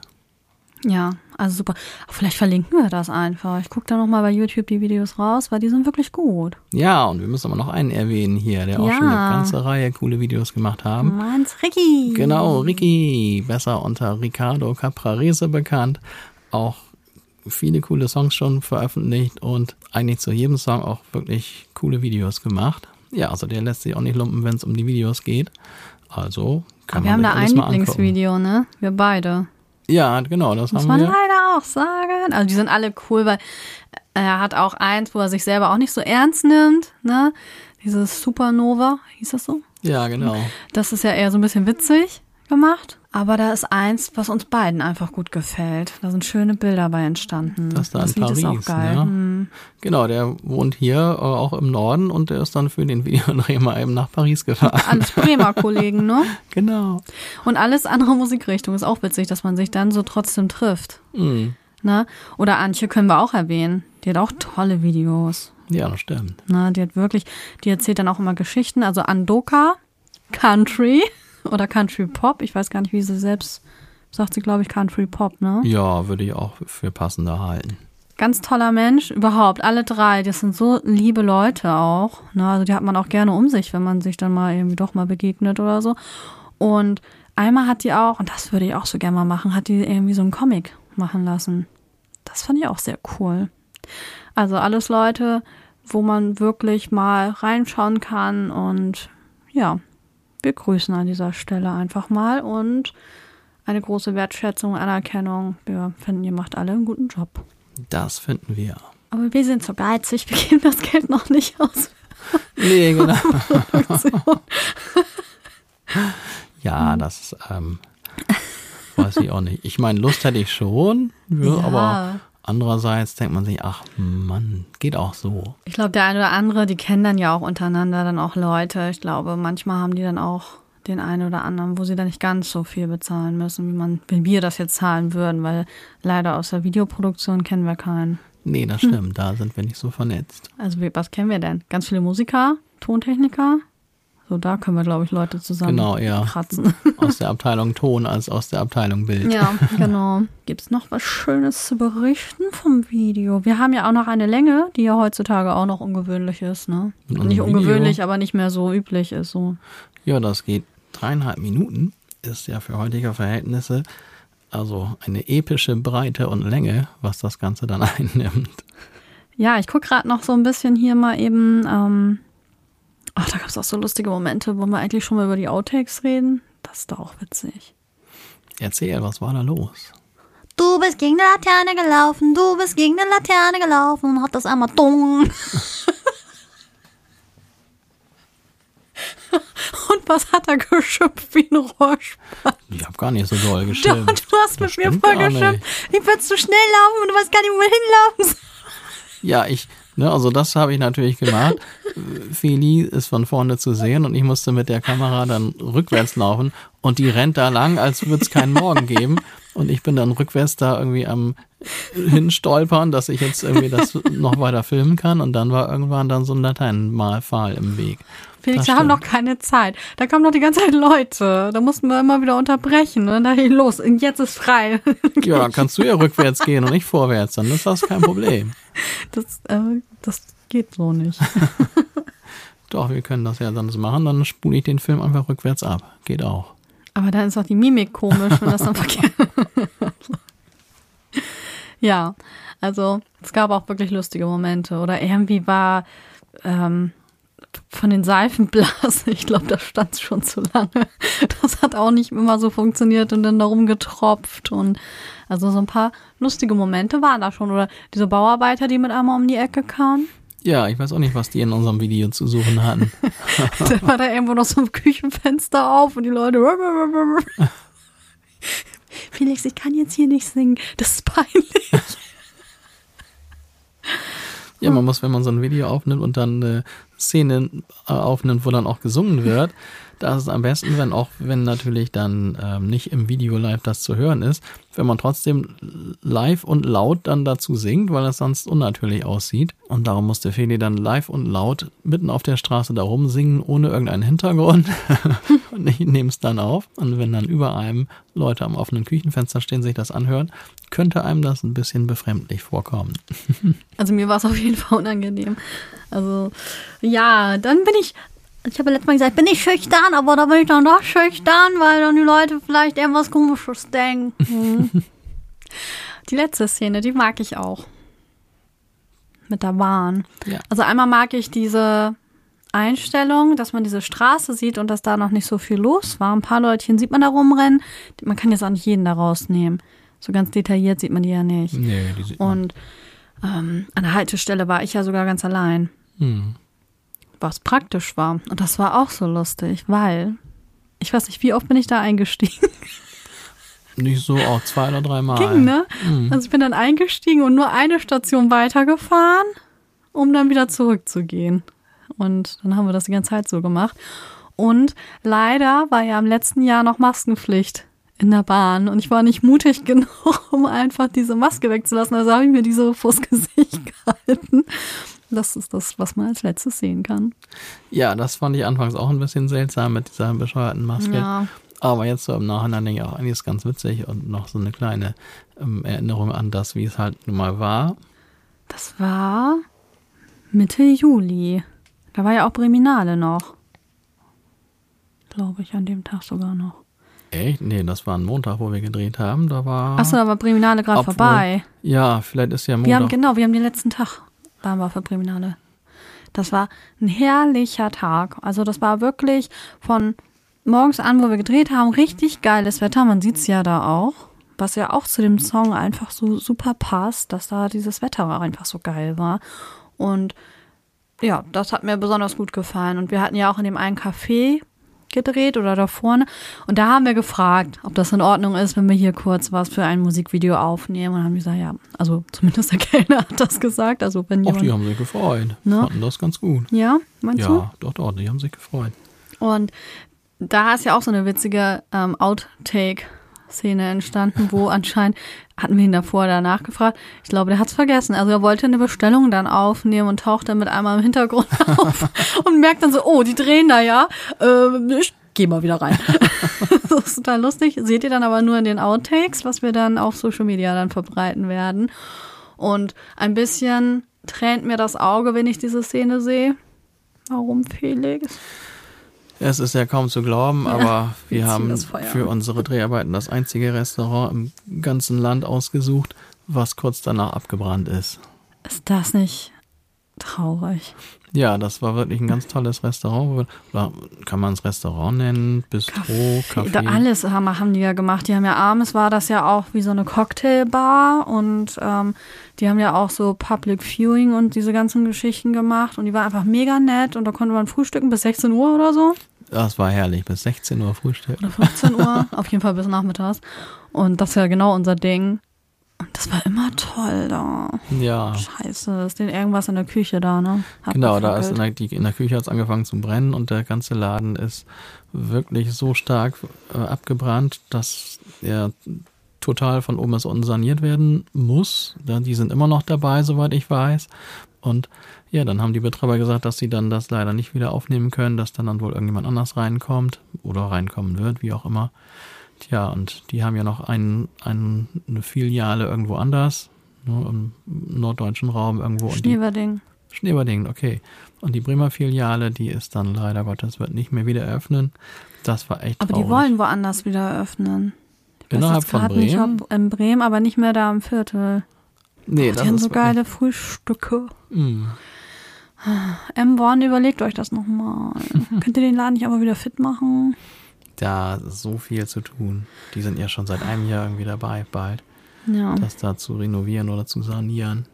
Ja, also super. Vielleicht verlinken wir das einfach. Ich gucke da nochmal bei YouTube die Videos raus, weil die sind wirklich gut. Ja, und wir müssen aber noch einen erwähnen hier, der auch Ja. schon eine ganze Reihe coole Videos gemacht haben. Meins Ricky. Genau, Ricky, besser unter Ricardo Caprarese bekannt. Auch viele coole Songs schon veröffentlicht und eigentlich zu jedem Song auch wirklich coole Videos gemacht. Ja, also der lässt sich auch nicht lumpen, wenn es um die Videos geht. Also kann Wir man haben sich da alles ein mal angucken. Lieblingsvideo, ne? Wir beide. Ja, genau, das Muss haben man wir. leider auch sagen. Also die sind alle cool, weil er hat auch eins, wo er sich selber auch nicht so ernst nimmt, ne? Dieses Supernova, hieß das so? Ja, genau. Das ist ja eher so ein bisschen witzig gemacht. Aber da ist eins, was uns beiden einfach gut gefällt. Da sind schöne Bilder bei entstanden. Das da in Lied ist auch Paris, geil. ne? Genau, der wohnt hier auch im Norden und der ist dann für den Videodreh mal eben nach Paris gefahren. Alles Bremer Kollegen, ne? Genau. Und alles andere Musikrichtung ist auch witzig, dass man sich dann so trotzdem trifft. Ne? Oder Antje können wir auch erwähnen. Die hat auch tolle Videos. Ja, das stimmt. Ne? Die erzählt dann auch immer Geschichten. Also Andoka, Country oder Country Pop. Ich weiß gar nicht, wie sie selbst sagt, sie glaube ich Country Pop, ne? Ja, würde ich auch für passender halten. Ganz toller Mensch, überhaupt, alle drei, das sind so liebe Leute auch. Ne? Also die hat man auch gerne um sich, wenn man sich dann mal irgendwie doch mal begegnet oder so. Und einmal hat die auch, und das würde ich auch so gerne mal machen, hat die irgendwie so einen Comic machen lassen. Das fand ich auch sehr cool. Also alles Leute, wo man wirklich mal reinschauen kann und ja, wir grüßen an dieser Stelle einfach mal und eine große Wertschätzung, Anerkennung. Wir finden, ihr macht alle einen guten Job. Das finden wir. Aber wir sind so geizig, wir geben das Geld noch nicht aus. Nee, genau. Ja, das weiß ich auch nicht. Ich meine, Lust hätte ich schon, ja, aber andererseits denkt man sich, ach Mann, geht auch so. Ich glaube, der eine oder andere, die kennen dann ja auch untereinander dann auch Leute. Ich glaube, manchmal haben die dann auch den einen oder anderen, wo sie dann nicht ganz so viel bezahlen müssen, wie wir das jetzt zahlen würden, weil leider aus der Videoproduktion kennen wir keinen. Nee, das stimmt, da sind wir nicht so vernetzt. Also was kennen wir denn? Ganz viele Musiker, Tontechniker? So, da können wir, glaube ich, Leute zusammen kratzen. Aus der Abteilung Ton als aus der Abteilung Bild. Ja, genau. Gibt es noch was Schönes zu berichten vom Video? Wir haben ja auch noch eine Länge, die ja heutzutage auch noch ungewöhnlich ist, ne? Nicht ungewöhnlich, aber nicht mehr so üblich ist. So. Ja, das geht 3,5 Minuten. Ist ja für heutige Verhältnisse also eine epische Breite und Länge, was das Ganze dann einnimmt. Ja, ich gucke gerade noch so ein bisschen hier mal eben. Da gab es auch so lustige Momente. Wollen wir eigentlich schon mal über die Outtakes reden? Das ist doch auch witzig. Erzähl, was war da los? Du bist gegen die Laterne gelaufen, du bist gegen die Laterne gelaufen und hat das einmal dumm. Und was hat er geschimpft wie ein Rohrspann? Ich habe gar nicht so doll geschimpft. Doch, du hast mit mir voll geschimpft. Ich will zu schnell laufen und du weißt gar nicht, wo wir hinlaufen. Ja, also das habe ich natürlich gemacht. Feli ist von vorne zu sehen und ich musste mit der Kamera dann rückwärts laufen und die rennt da lang, als würde es keinen Morgen geben. Und ich bin dann rückwärts da irgendwie am Hinstolpern, dass ich jetzt irgendwie das noch weiter filmen kann. Und dann war irgendwann dann so ein Laternenpfahl im Weg. Felix, wir haben noch keine Zeit. Da kommen noch die ganze Zeit Leute. Da mussten wir immer wieder unterbrechen. Und dann los, und jetzt ist frei. Ja, dann kannst du ja rückwärts gehen und nicht vorwärts. Dann ist das kein Problem. Das geht so nicht. Doch, wir können das ja dann so machen. Dann spule ich den Film einfach rückwärts ab. Geht auch. Aber dann ist auch die Mimik komisch, wenn das dann verkehrt. Ja, also es gab auch wirklich lustige Momente. Oder irgendwie war von den Seifenblasen, ich glaube, da stand es schon zu lange. Das hat auch nicht immer so funktioniert und dann darum getropft. Und also so ein paar lustige Momente waren da schon. Oder diese Bauarbeiter, die mit einmal um die Ecke kamen. Ja, ich weiß auch nicht, was die in unserem Video zu suchen hatten. Dann war da irgendwo noch so ein Küchenfenster auf und die Leute. Felix, ich kann jetzt hier nicht singen. Das ist peinlich. Ja, man muss, wenn man so ein Video aufnimmt und dann eine Szene aufnimmt, wo dann auch gesungen wird, da ist es am besten, wenn natürlich dann nicht im Video live das zu hören ist, wenn man trotzdem live und laut dann dazu singt, weil das sonst unnatürlich aussieht. Und darum musste Feli dann live und laut mitten auf der Straße da rumsingen, ohne irgendeinen Hintergrund. Und ich nehme es dann auf. Und wenn dann über einem Leute am offenen Küchenfenster stehen, sich das anhören, könnte einem das ein bisschen befremdlich vorkommen. Also mir war es auf jeden Fall unangenehm. Also ja, dann bin ich habe letztes Mal gesagt, ich bin nicht schüchtern, aber da bin ich dann doch schüchtern, weil dann die Leute vielleicht irgendwas Komisches denken. Die letzte Szene, die mag ich auch. Mit der Bahn. Ja. Also einmal mag ich diese Einstellung, dass man diese Straße sieht und dass da noch nicht so viel los war. Ein paar Leutchen sieht man da rumrennen. Man kann jetzt auch nicht jeden da rausnehmen. So ganz detailliert sieht man die ja nicht. Nee, die sieht man. Und an der Haltestelle war ich ja sogar ganz allein. Was praktisch war. Und das war auch so lustig, weil, ich weiß nicht, wie oft bin ich da eingestiegen? Nicht so, auch 2 oder 3 Mal. Ging, ne? Also ich bin dann eingestiegen und nur eine Station weitergefahren, um dann wieder zurückzugehen. Und dann haben wir das die ganze Zeit so gemacht. Und leider war ja im letzten Jahr noch Maskenpflicht in der Bahn. Und ich war nicht mutig genug, um einfach diese Maske wegzulassen. Also habe ich mir die so vors Gesicht gehalten. Das ist das, was man als letztes sehen kann. Ja, das fand ich anfangs auch ein bisschen seltsam mit dieser bescheuerten Maske. Ja. Aber jetzt so im Nachhinein denke ich auch, eigentlich ist ganz witzig und noch so eine kleine Erinnerung an das, wie es halt nun mal war. Das war Mitte Juli. Da war ja auch Breminale noch. Glaube ich, an dem Tag sogar noch. Echt? Nee, das war ein Montag, wo wir gedreht haben. Da war. Achso, da war Breminale gerade vorbei. Ja, vielleicht ist ja Montag. Wir haben den letzten Tag. Waren wir für Breminale. Das war ein herrlicher Tag. Also das war wirklich von morgens an, wo wir gedreht haben, richtig geiles Wetter. Man sieht es ja da auch. was ja auch zu dem Song einfach so super passt, dass da dieses Wetter einfach so geil war. Und ja, das hat mir besonders gut gefallen. Und wir hatten ja auch in dem einen Café gedreht oder da vorne. Und da haben wir gefragt, ob das in Ordnung ist, wenn wir hier kurz was für ein Musikvideo aufnehmen. Und dann haben die gesagt, ja, also zumindest der Kellner hat das gesagt. Also wenn Auch die haben sich gefreut. Ne? Fanden das ganz gut. Ja, meinst du? Ja, doch, die haben sich gefreut. Und da ist ja auch so eine witzige Outtake-Szene entstanden, wo anscheinend, hatten wir ihn davor oder danach gefragt, ich glaube, der hat es vergessen. Also er wollte eine Bestellung dann aufnehmen und taucht dann mit einmal im Hintergrund auf und merkt dann so, oh, die drehen da ja, ich geh mal wieder rein. Das ist total lustig. Seht ihr dann aber nur in den Outtakes, was wir dann auf Social Media dann verbreiten werden. Und ein bisschen tränt mir das Auge, wenn ich diese Szene sehe. Warum, Felix? Es ist ja kaum zu glauben, aber wir ziehen haben das Feuer für an. unsere Dreharbeiten das einzige Restaurant im ganzen Land ausgesucht, was kurz danach abgebrannt ist. Ist das nicht traurig? Ja, das war wirklich ein ganz tolles Restaurant. Oder kann man es Restaurant nennen? Bistro, Da Café? alles haben die ja gemacht. Die haben ja abends war das ja auch wie so eine Cocktailbar und die haben ja auch so Public Viewing und diese ganzen Geschichten gemacht und die war einfach mega nett und da konnte man frühstücken bis 16 Uhr oder so. Das war herrlich, bis 16 Uhr Frühstück. Oder 15 Uhr, auf jeden Fall bis nachmittags. Und das ist ja genau unser Ding. Und das war immer toll da. Ja, Scheiße, ist denn irgendwas in der Küche da, ne? Hat genau, da ist gefackelt. in der Küche hat es angefangen zu brennen und der ganze Laden ist wirklich so stark abgebrannt, dass er total von oben bis unten saniert werden muss. Die sind immer noch dabei, soweit ich weiß. Und ja, dann haben die Betreiber gesagt, dass sie dann das leider nicht wieder aufnehmen können, dass dann wohl irgendjemand anders reinkommt oder reinkommen wird, wie auch immer. Tja, und die haben ja noch eine Filiale irgendwo anders, ne, im norddeutschen Raum irgendwo. Schneewerding. Schneewerding, okay. Und die Bremer Filiale, die ist dann leider Gottes, wird nicht mehr wieder eröffnen. Das war echt Aber traurig. die wollen woanders wieder eröffnen. Ich weiß Innerhalb jetzt von gerade nicht, Bremen? ob in Bremen, aber nicht mehr da im Viertel. Nee, Die das haben ist so wirklich- geile Frühstücke. Mm. M-Born, überlegt euch das nochmal. Könnt ihr den Laden nicht aber wieder fit machen? Da ist so viel zu tun. Die sind ja schon seit einem Jahr irgendwie dabei, bald, Ja. das da zu renovieren oder zu sanieren.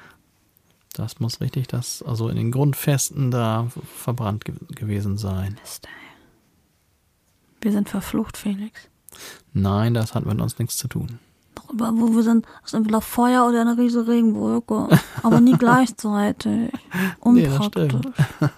Das muss richtig, also in den Grundfesten da verbrannt gewesen sein. Mist, ey. Wir sind verflucht, Felix. Nein, das hat mit uns nichts zu tun. Darüber, wo wir sind, ist entweder Feuer oder eine riesige Regenwolke. Aber nie gleichzeitig. Nee, das Unpraktisch. stimmt.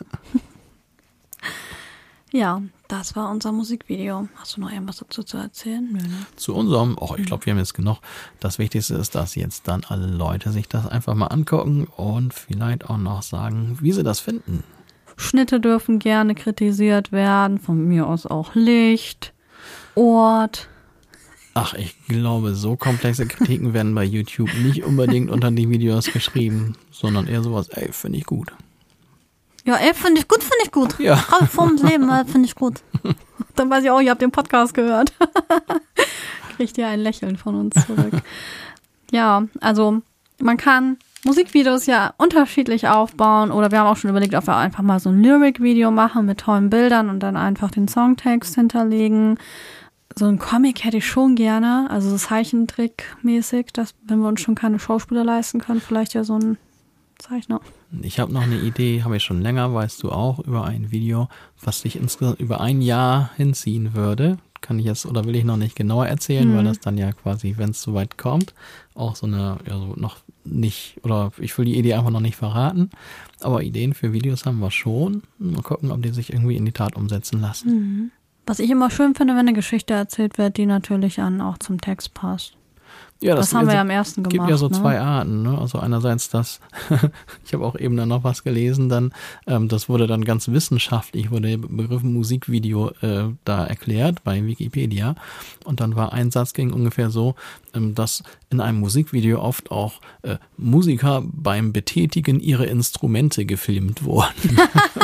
Ja, das war unser Musikvideo. Hast du noch irgendwas dazu zu erzählen? Nö, ne? Zu unserem, ich glaube, wir haben jetzt genug. Das Wichtigste ist, dass jetzt dann alle Leute sich das einfach mal angucken und vielleicht auch noch sagen, wie sie das finden. Schnitte dürfen gerne kritisiert werden. Von mir aus auch Licht, Ort. Ach, ich glaube, so komplexe Kritiken werden bei YouTube nicht unbedingt unter die Videos geschrieben, sondern eher sowas, ey, finde ich gut. Ja, ey, finde ich gut, finde ich gut. Ja. Gerade vorm Leben, finde ich gut. Dann weiß ich auch, ihr habt den Podcast gehört. Kriegt ihr ein Lächeln von uns zurück. Ja, also man kann Musikvideos ja unterschiedlich aufbauen oder wir haben auch schon überlegt, ob wir einfach mal so ein Lyric-Video machen mit tollen Bildern und dann einfach den Songtext hinterlegen. So ein Comic hätte ich schon gerne, also so Zeichentrick-mäßig, dass wenn wir uns schon keine Schauspieler leisten können, vielleicht ja so ein Zeichner. Ich habe noch eine Idee, habe ich schon länger, weißt du auch, über ein Video, was sich insgesamt über ein Jahr hinziehen würde. Kann ich jetzt oder will ich noch nicht genauer erzählen, weil das dann ja quasi, wenn es soweit kommt, auch so eine, ja so noch nicht, oder ich will die Idee einfach noch nicht verraten, aber Ideen für Videos haben wir schon. Mal gucken, ob die sich irgendwie in die Tat umsetzen lassen. Was ich immer schön finde, wenn eine Geschichte erzählt wird, die natürlich auch zum Text passt. Ja, Das haben wir ja am ersten gemacht. gibt ja so ne? zwei Arten, ne? Also einerseits das, ich habe auch eben dann noch was gelesen, dann das wurde dann ganz wissenschaftlich, wurde der Begriff Musikvideo da erklärt bei Wikipedia und dann war ein Satz ging ungefähr so, dass in einem Musikvideo oft auch Musiker beim Betätigen ihrer Instrumente gefilmt wurden.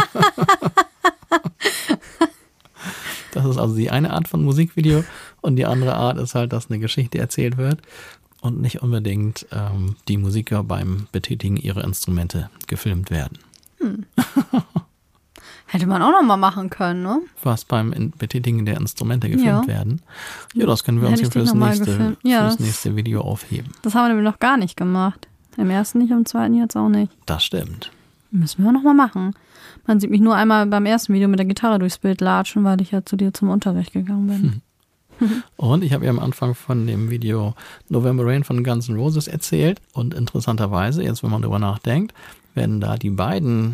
Das ist also die eine Art von Musikvideo und die andere Art ist halt, dass eine Geschichte erzählt wird und nicht unbedingt die Musiker beim Betätigen ihrer Instrumente gefilmt werden. Hätte man auch noch mal machen können, ne? Was beim Betätigen der Instrumente gefilmt werden. Ja, das können wir uns Hätte hier ich dich noch mal fürs nächste Video aufheben. Das haben wir nämlich noch gar nicht gemacht. Im ersten nicht, im zweiten jetzt auch nicht. Das stimmt. Müssen wir noch mal machen. Man sieht mich nur einmal beim ersten Video mit der Gitarre durchs Bild latschen, weil ich ja zu dir zum Unterricht gegangen bin. Und ich habe ja am Anfang von dem Video November Rain von Guns N' Roses erzählt. Und interessanterweise, jetzt wenn man darüber nachdenkt, werden da die beiden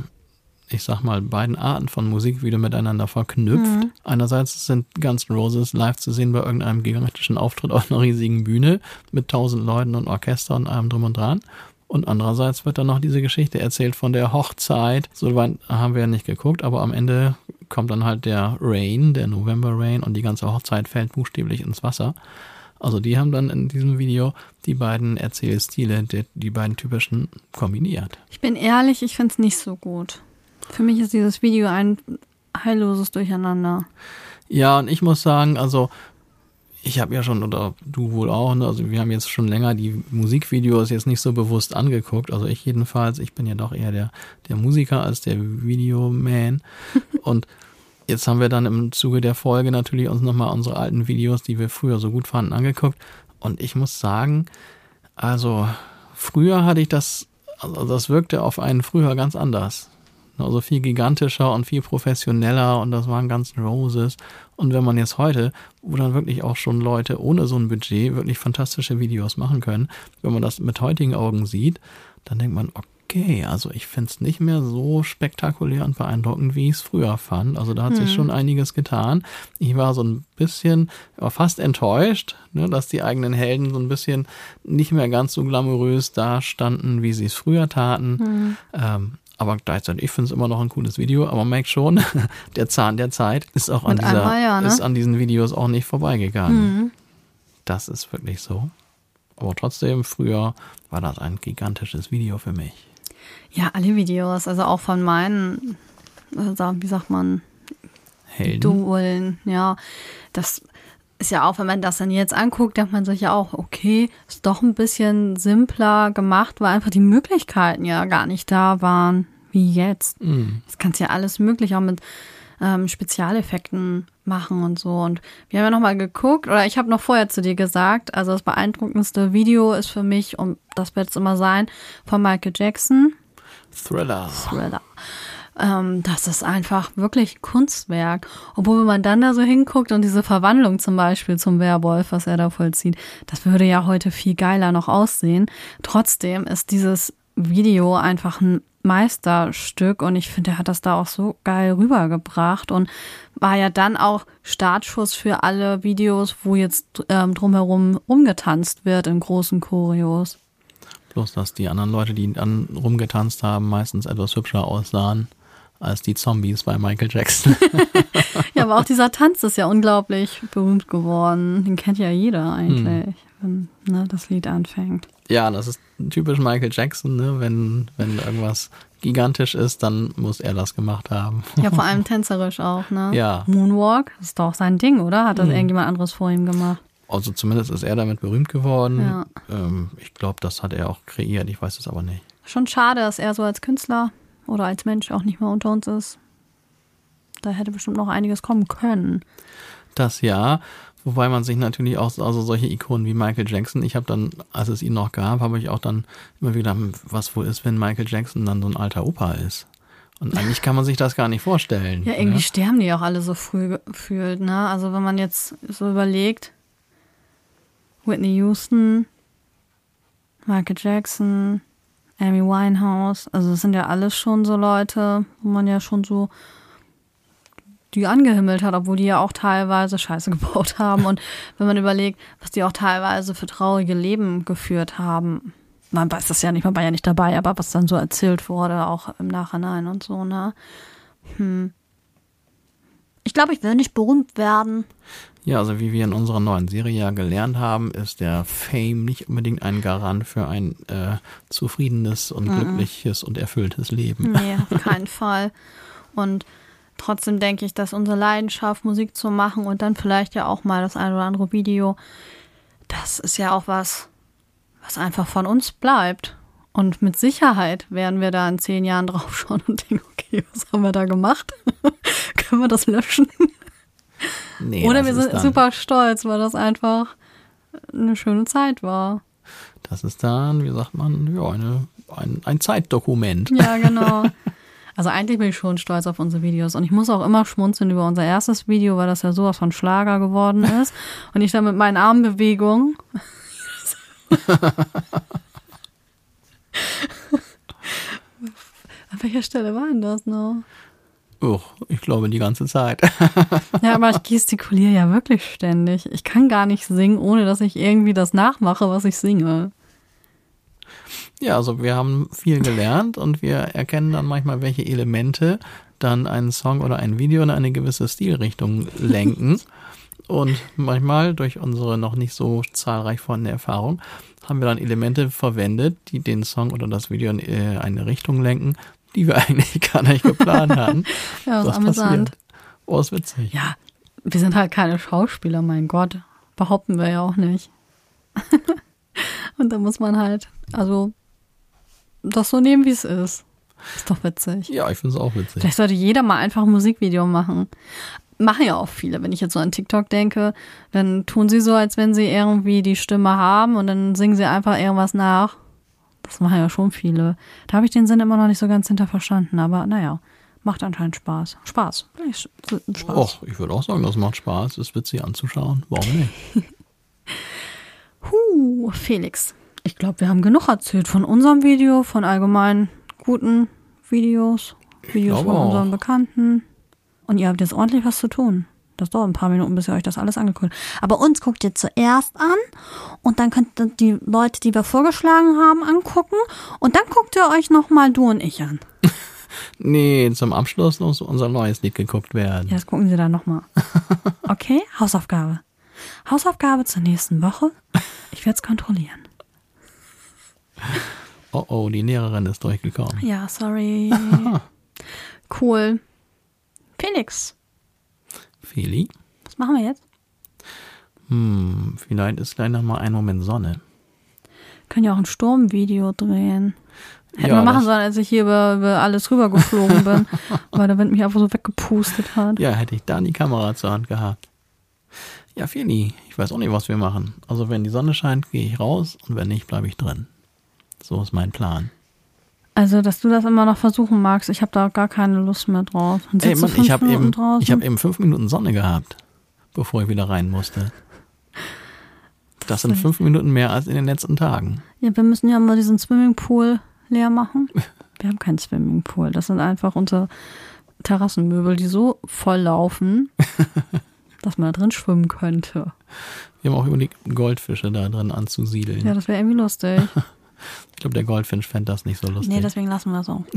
Arten von Musikvideo miteinander verknüpft. Einerseits sind Guns N' Roses live zu sehen bei irgendeinem gigantischen Auftritt auf einer riesigen Bühne mit 1000 Leuten und Orchester und allem drum und dran. Und andererseits wird dann noch diese Geschichte erzählt von der Hochzeit. So weit haben wir ja nicht geguckt, aber am Ende kommt dann halt der Rain, der November Rain, und die ganze Hochzeit fällt buchstäblich ins Wasser. Also die haben dann in diesem Video die beiden Erzählstile, die beiden typischen, kombiniert. Ich bin ehrlich, ich finde es nicht so gut. Für mich ist dieses Video ein heilloses Durcheinander. Ja, und ich muss sagen, also ich habe ja schon, oder du wohl auch, ne? Also wir haben jetzt schon länger die Musikvideos jetzt nicht so bewusst angeguckt, also ich jedenfalls, ich bin ja doch eher der Musiker als der Videoman. Und jetzt haben wir dann im Zuge der Folge natürlich uns nochmal unsere alten Videos, die wir früher so gut fanden, angeguckt. Und ich muss sagen, also früher hatte ich das wirkte auf einen früher ganz anders. Also viel gigantischer und viel professioneller, und das waren Guns N' Roses. Und wenn man jetzt heute, wo dann wirklich auch schon Leute ohne so ein Budget wirklich fantastische Videos machen können, wenn man das mit heutigen Augen sieht, dann denkt man, okay, also ich finde es nicht mehr so spektakulär und beeindruckend, wie ich es früher fand. Also da hat sich schon einiges getan. Ich war so ein bisschen, fast enttäuscht, ne, dass die eigenen Helden so ein bisschen nicht mehr ganz so glamourös dastanden, wie sie es früher taten. Aber gleichzeitig, ich finde es immer noch ein cooles Video, aber man merkt schon, der Zahn der Zeit ist auch ist an diesen Videos auch nicht vorbeigegangen. Das ist wirklich so. Aber trotzdem, früher war das ein gigantisches Video für mich. Ja, alle Videos, also auch von meinen, wie sagt man, Helden. Idolen, ja. Das ist ja auch, wenn man das dann jetzt anguckt, denkt man sich ja auch, okay, ist doch ein bisschen simpler gemacht, weil einfach die Möglichkeiten ja gar nicht da waren, wie jetzt. Das kannst ja alles möglich auch mit Spezialeffekten machen und so. Und wir haben ja nochmal geguckt, oder ich habe noch vorher zu dir gesagt, also das beeindruckendste Video ist für mich, und das wird es immer sein, von Michael Jackson. Thriller. Das ist einfach wirklich Kunstwerk. Obwohl, wenn man dann da so hinguckt und diese Verwandlung zum Beispiel zum Werwolf, was er da vollzieht, das würde ja heute viel geiler noch aussehen. Trotzdem ist dieses Video einfach ein Meisterstück, und ich finde, er hat das da auch so geil rübergebracht und war ja dann auch Startschuss für alle Videos, wo jetzt drumherum rumgetanzt wird in großen Choreos. Bloß, dass die anderen Leute, die dann rumgetanzt haben, meistens etwas hübscher aussahen als die Zombies bei Michael Jackson. Ja, aber auch dieser Tanz ist ja unglaublich berühmt geworden. Den kennt ja jeder eigentlich, wenn das Lied anfängt. Ja, das ist typisch Michael Jackson, ne? Wenn irgendwas gigantisch ist, dann muss er das gemacht haben. Ja, vor allem tänzerisch auch, ne? Ja. Moonwalk, das ist doch sein Ding, oder? Hat das irgendjemand anderes vor ihm gemacht? Also zumindest ist er damit berühmt geworden. Ja. Ich glaube, das hat er auch kreiert, ich weiß es aber nicht. Schon schade, dass er so als Künstler oder als Mensch auch nicht mehr unter uns ist. Da hätte bestimmt noch einiges kommen können. Das ja, wobei man sich natürlich auch, also solche Ikonen wie Michael Jackson, ich habe dann, als es ihn noch gab, habe ich auch dann immer wieder gedacht, was wohl ist, wenn Michael Jackson dann so ein alter Opa ist. Und eigentlich kann man sich das gar nicht vorstellen. Ja, irgendwie sterben die auch alle so früh gefühlt, ne? Also wenn man jetzt so überlegt, Whitney Houston, Michael Jackson, Amy Winehouse, also das sind ja alles schon so Leute, wo man ja schon so die angehimmelt hat, obwohl die ja auch teilweise Scheiße gebaut haben. Und wenn man überlegt, was die auch teilweise für traurige Leben geführt haben, man weiß das ja nicht, man war ja nicht dabei, aber was dann so erzählt wurde, auch im Nachhinein und so, ne? Ich glaube, ich will nicht berühmt werden. Ja, also wie wir in unserer neuen Serie ja gelernt haben, ist der Fame nicht unbedingt ein Garant für ein zufriedenes und glückliches und erfülltes Leben. Nee, auf keinen Fall. Und trotzdem denke ich, dass unsere Leidenschaft, Musik zu machen und dann vielleicht ja auch mal das ein oder andere Video, das ist ja auch was einfach von uns bleibt. Und mit Sicherheit werden wir da in 10 Jahren drauf schauen und denken, okay, Was haben wir da gemacht? Können wir das löschen? Nee, Oder das wir ist sind dann, super stolz, weil das einfach eine schöne Zeit war. Das ist dann, wie sagt man, ja, ein Zeitdokument. Ja, genau. Also eigentlich bin ich schon stolz auf unsere Videos. Und ich muss auch immer schmunzeln über unser erstes Video, weil das ja sowas von Schlager geworden ist. Und ich dann mit meinen Armbewegungen. An welcher Stelle war denn das noch? Ich glaube die ganze Zeit. Ja, aber ich gestikuliere ja wirklich ständig. Ich kann gar nicht singen, ohne dass ich irgendwie das nachmache, was ich singe. Ja, also wir haben viel gelernt und wir erkennen dann manchmal, welche Elemente dann einen Song oder ein Video in eine gewisse Stilrichtung lenken. Und manchmal durch unsere noch nicht so zahlreich vorhandene Erfahrung haben wir dann Elemente verwendet, die den Song oder das Video in eine Richtung lenken, die wir eigentlich gar nicht geplant hatten. Ja, das ist amüsant. Oh, ist witzig. Ja, wir sind halt keine Schauspieler, mein Gott. Behaupten wir ja auch nicht. Und da muss man halt, also das so nehmen, wie es ist. Ist doch witzig. Ja, ich finde es auch witzig. Vielleicht sollte jeder mal einfach ein Musikvideo machen. Machen ja auch viele. Wenn ich jetzt so an TikTok denke, dann tun sie so, als wenn sie irgendwie die Stimme haben und dann singen sie einfach irgendwas nach. Das machen ja schon viele. Da habe ich den Sinn immer noch nicht so ganz hinter verstanden. Aber naja, macht anscheinend Spaß. Spaß. Spaß. Och, ich würde auch sagen, das macht Spaß. Ist witzig anzuschauen. Warum nicht? Felix. Ich glaube, wir haben genug erzählt von unserem Video, von allgemein guten Videos von unseren Bekannten. Und ihr habt jetzt ordentlich was zu tun. Das dauert ein paar Minuten, bis ihr euch das alles angeguckt habt. Aber uns guckt ihr zuerst an und dann könnt ihr die Leute, die wir vorgeschlagen haben, angucken. Und dann guckt ihr euch nochmal du und ich an. Nee, zum Abschluss muss unser neues Lied geguckt werden. Ja, das gucken sie dann nochmal. Okay, Hausaufgabe. Hausaufgabe zur nächsten Woche. Ich werde es kontrollieren. Oh, die Lehrerin ist durchgekommen. Ja, sorry. Cool. Felix. Feli? Was machen wir jetzt? Vielleicht ist gleich nochmal ein Moment Sonne. Können ja auch ein Sturmvideo drehen. Hätten Ja, wir machen das- sollen, als ich hier über alles rübergeflogen bin, weil der Wind mich einfach so weggepustet hat. Ja, hätte ich da die Kamera zur Hand gehabt. Ja, Feli, ich weiß auch nicht, was wir machen. Also wenn die Sonne scheint, gehe ich raus und wenn nicht, bleibe ich drin. So ist mein Plan. Also, dass du das immer noch versuchen magst, ich habe da gar keine Lust mehr drauf. Dann Ey, sitzt Mann, du 5 Minuten draußen. ich hab eben 5 Minuten Sonne gehabt, bevor ich wieder rein musste. Das sind 5 Minuten mehr als in den letzten Tagen. Ja, wir müssen ja mal diesen Swimmingpool leer machen. Wir haben keinen Swimmingpool. Das sind einfach unsere Terrassenmöbel, die so voll laufen, dass man da drin schwimmen könnte. Wir haben auch über die Goldfische da drin anzusiedeln. Ja, das wäre irgendwie lustig. Ich glaube, der Goldfisch fände das nicht so lustig. Nee, deswegen lassen wir so.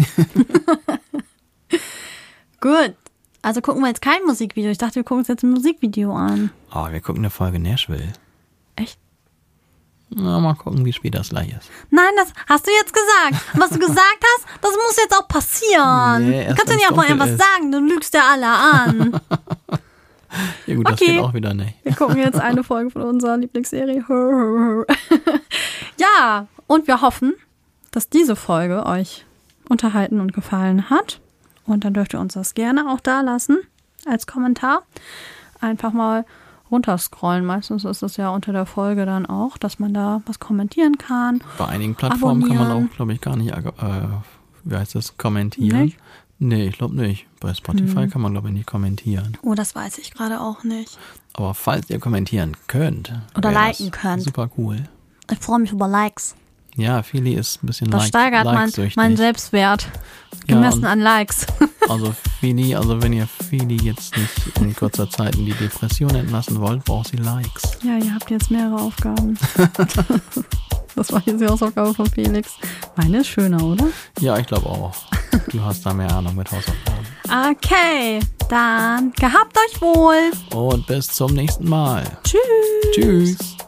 Gut. Also gucken wir jetzt kein Musikvideo. Ich dachte, wir gucken uns jetzt ein Musikvideo an. Wir gucken eine Folge Nashville. Echt? Na, mal gucken, wie spät das gleich ist. Nein, das hast du jetzt gesagt. Was du gesagt hast, das muss jetzt auch passieren. Nee, Du erst kannst ja nicht wenn's einfach dunkel irgendwas ist. sagen, du lügst ja alle an. Ja gut, das Okay. geht auch wieder nicht. Wir gucken jetzt eine Folge von unserer Lieblingsserie. Ja, und wir hoffen, dass diese Folge euch unterhalten und gefallen hat. Und dann dürft ihr uns das gerne auch da lassen als Kommentar. Einfach mal runterscrollen. Meistens ist es ja unter der Folge dann auch, dass man da was kommentieren kann. Bei einigen Plattformen kann man Abonnieren. auch, glaube ich, gar nicht, wie heißt das, kommentieren. Nicht? Nee, ich glaube nicht. Bei Spotify kann man, glaube ich, nicht kommentieren. Oh, das weiß ich gerade auch nicht. Aber falls ihr kommentieren könnt. Oder wäre das liken könnt. Super cool. Ich freue mich über Likes. Ja, Feli ist ein bisschen Das steigert likesüchtig. mein Selbstwert. Ja, Gemessen und- an Likes. Also Feli, wenn ihr Feli jetzt nicht in kurzer Zeit in die Depression entlassen wollt, braucht sie Likes. Ja, ihr habt jetzt mehrere Aufgaben. Das war jetzt die Hausaufgabe von Felix. Meine ist schöner, oder? Ja, ich glaube auch. Du hast da mehr Ahnung mit Hausaufgaben. Okay, dann gehabt euch wohl. Und bis zum nächsten Mal. Tschüss. Tschüss.